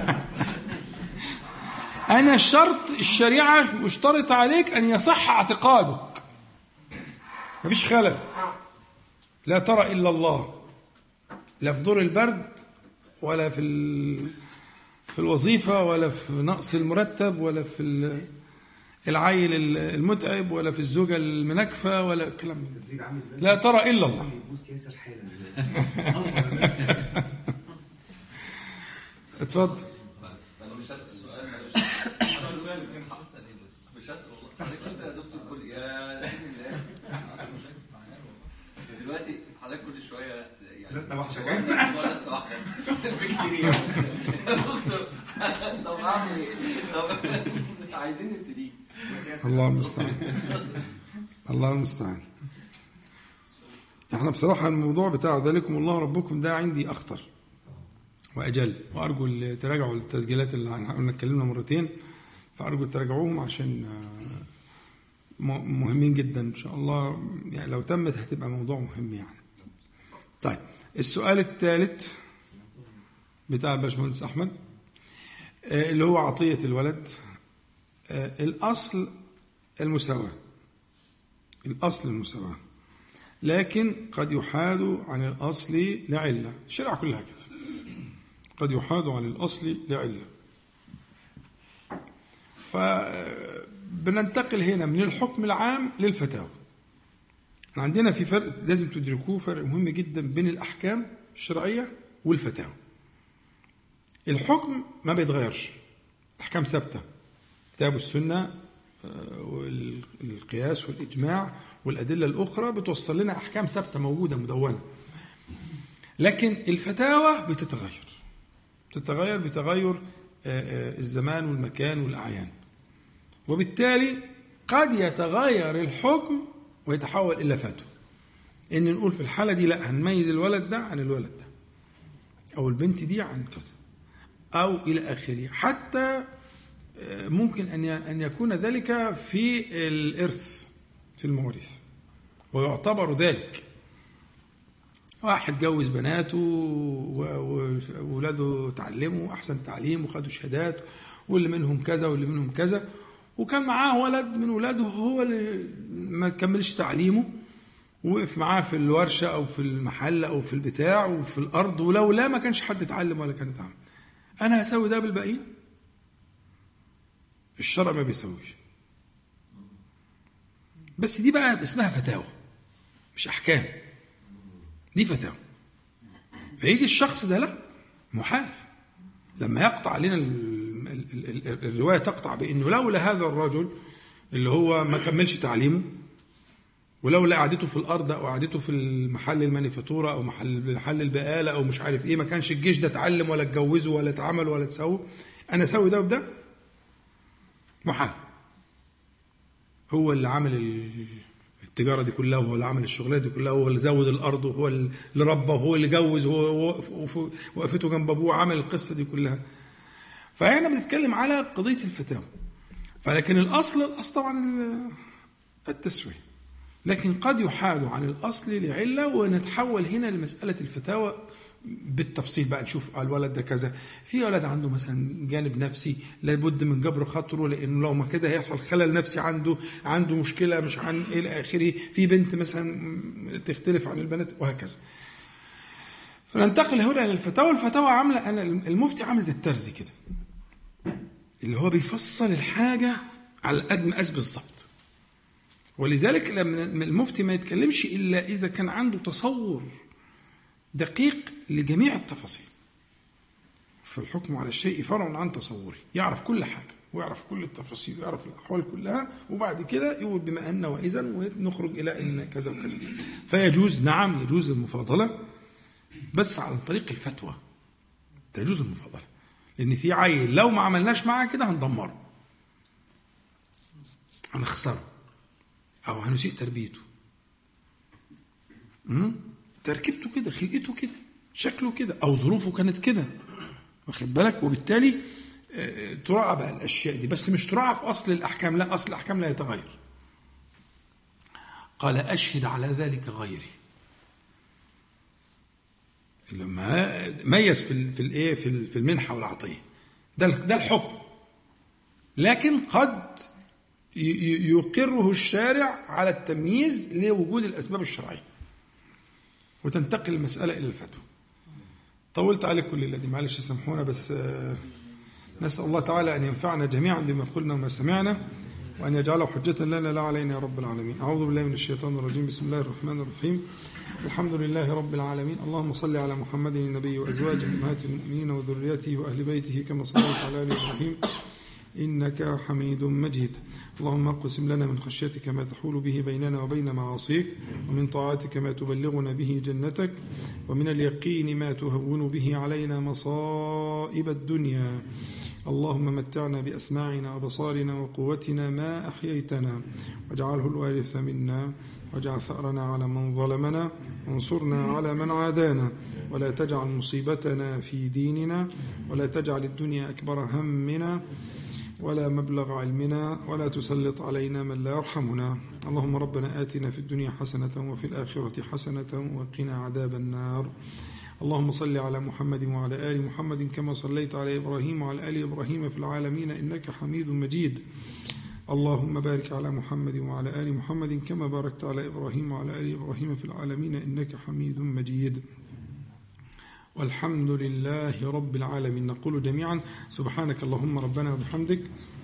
أنا الشرط الشريعة مشترط عليك أن يصح اعتقادك، ما فيش خلل، لا ترى إلا الله، لا في دور البرد ولا في الوظيفة ولا في نقص المرتب ولا في العيل المتعب ولا في الزوجة المنكفة ولا الكلام ده، لا ترى إلا الله. اتفضل. انا مش هسال سؤال، مش هسال والله. حضرتك بس يا دكتور كل يا الناس دلوقتي حضرتك كل شويه يعني لسه واحده لسه واحده بكتير يا دكتور. طب اعمل ايه؟ طب عايزين نبتدي. الله المستعان، الله المستعان. احنا بصراحه الموضوع بتاع ذلكم الله ربكم ده عندي اخطر واجل، وارجو تراجعوا التسجيلات اللي قلنا اتكلمنا مرتين، فارجو تراجعوهم عشان مهمين جدا ان شاء الله، يعني لو تمت هتبقى موضوع مهم يعني. طيب السؤال الثالث بتاع الباشمهندس احمد اللي هو عطيه الولد. الاصل المساواه، الاصل المساواه، لكن قد يحاد عن الاصل لعله، الشريعه كلها كده، قد يحاد عن الأصل لعلة. فبننتقل هنا من الحكم العام للفتاوى. عندنا في فرق لازم تدركوه، فرق مهم جدا بين الأحكام الشرعية والفتاوى. الحكم ما بيتغيرش، الأحكام ثابتة، كتاب السنة والقياس والإجماع والأدلة الأخرى بتوصل لنا أحكام ثابتة موجودة مدونة. لكن الفتاوى بتتغير بتغير الزمان والمكان والأعيان، وبالتالي قد يتغير الحكم ويتحول إلى فتوى، إن نقول في الحالة دي لا هنميز الولد ده عن الولد ده، أو البنت دي عن كذا، أو إلى آخره. حتى ممكن أن يكون ذلك في الإرث في المواريث، ويعتبر ذلك واحد جوز بناته وولاده تعلموا أحسن تعليم وخدوا شهادات، واللي منهم كذا واللي منهم كذا، وكان معاه ولد من ولاده هو اللي ما تكملش تعليمه، وقف معاه في الورشة أو في المحل أو في البتاع وفي الأرض، ولو لا ما كانش حد يتعلم ولا كان يتعلم. أنا هسوي ده بالباقيين؟ الشرع ما بيسويش. بس دي بقى اسمها فتاوى مش أحكام، دي فتاوى. فيجي الشخص ده لا محال لما يقطع علينا الرواية تقطع بأنه لولا هذا الرجل اللي هو ما كملش تعليمه، ولولا قعدته في الأرض أو قعدته في المحل المانيفاتورة أو محل البقالة أو مش عارف إيه، ما كانش الجيش ده اتعلم ولا اتجوزه ولا اتعمل ولا تسوي. أنا أسوي ده وده محال. هو اللي عمل التجارة دي كلها، وهو اللي عمل الشغلات دي كلها، هو اللي زود الأرض، وهو اللي ربى، وهو اللي جوز، وهو وقفته جنب أبوه عمل القصة دي كلها. فهنا بنتكلم على قضية الفتاوى. فلكن الأصل طبعا التسوية، لكن قد يحاد عن الأصل لعلة، ونتحول هنا لمسألة الفتاوى بالتفصيل بقى. نشوف الولد ده كذا، في ولد عنده مثلا جانب نفسي لابد من جبر خاطره، لأنه لو ما كده هيحصل خلل نفسي عنده مشكلة مش عن إلى آخره. في بنت مثلا تختلف عن البنات وهكذا. فننتقل هنا للفتاوى. الفتاوى عاملة، أنا المفتي عامل زي الترزي كده، اللي هو بيفصل الحاجة على قد مقاس بالظبط. ولذلك لما المفتي ما يتكلمش إلا إذا كان عنده تصور دقيق لجميع التفاصيل. فالحكم على الشيء فرع عن تصوري، يعرف كل حاجة ويعرف كل التفاصيل ويعرف الأحوال كلها، وبعد كده يقول بما أن وإذا ونخرج إلى إن كذا وكذا. فيجوز، نعم يجوز المفاضلة، بس عن طريق الفتوى تجوز المفاضلة، لأن في عيل لو ما عملناش معاه كده هندمره. هنخسره أو هنسيء تربيته. تركيبته كده، خلقته كده، شكله كده، أو ظروفه كانت كده، واخد بالك؟ وبالتالي تراعى بقى الأشياء دي، بس مش تراعى في أصل الأحكام، لا، أصل الأحكام لا يتغير. قال أشهد على ذلك غيري، لما ميز في المنحة والعطية، ده الحكم، لكن قد يقره الشارع على التمييز لوجود الأسباب الشرعية، وتنتقل المسألة إلى الفتوى. طولت عليكم الليلة دي، معلش سامحونا، بس نسأل الله تعالى أن ينفعنا جميعا بما قلنا وما سمعنا، وأن يجعله حجة لنا لا علينا يا رب العالمين. أعوذ بالله من الشيطان الرجيم. بسم الله الرحمن الرحيم. الحمد لله رب العالمين. اللهم صل على محمد النبي وأزواجه أمهات المؤمنين وذريته وأهل بيته كما صليت على آل إبراهيم إنك حميد مجيد. اللهم اقسم لنا من خشيتك ما تحول به بيننا وبين معاصيك، ومن طاعتك ما تبلغنا به جنتك، ومن اليقين ما تهون به علينا مصائب الدنيا. اللهم متعنا بأسماعنا وبصارنا وقوتنا ما أحييتنا، واجعله الوارث منا، واجعل ثأرنا على من ظلمنا، وانصرنا على من عادانا، ولا تجعل مصيبتنا في ديننا، ولا تجعل الدنيا أكبر همنا ولا مبلغ علمنا، ولا تسلط علينا من لا يرحمنا. اللهم ربنا آتنا في الدنيا حسنة وفي الآخرة حسنة وقنا عذاب النار. اللهم صل على محمد وعلى آل محمد كما صليت على إبراهيم وعلى آل إبراهيم في العالمين إنك حميد مجيد. اللهم بارك على محمد وعلى آل محمد كما باركت على إبراهيم وعلى آل إبراهيم في العالمين إنك حميد مجيد. والحمد لله رب العالمين. نقول جميعا سبحانك اللهم ربنا وبحمدك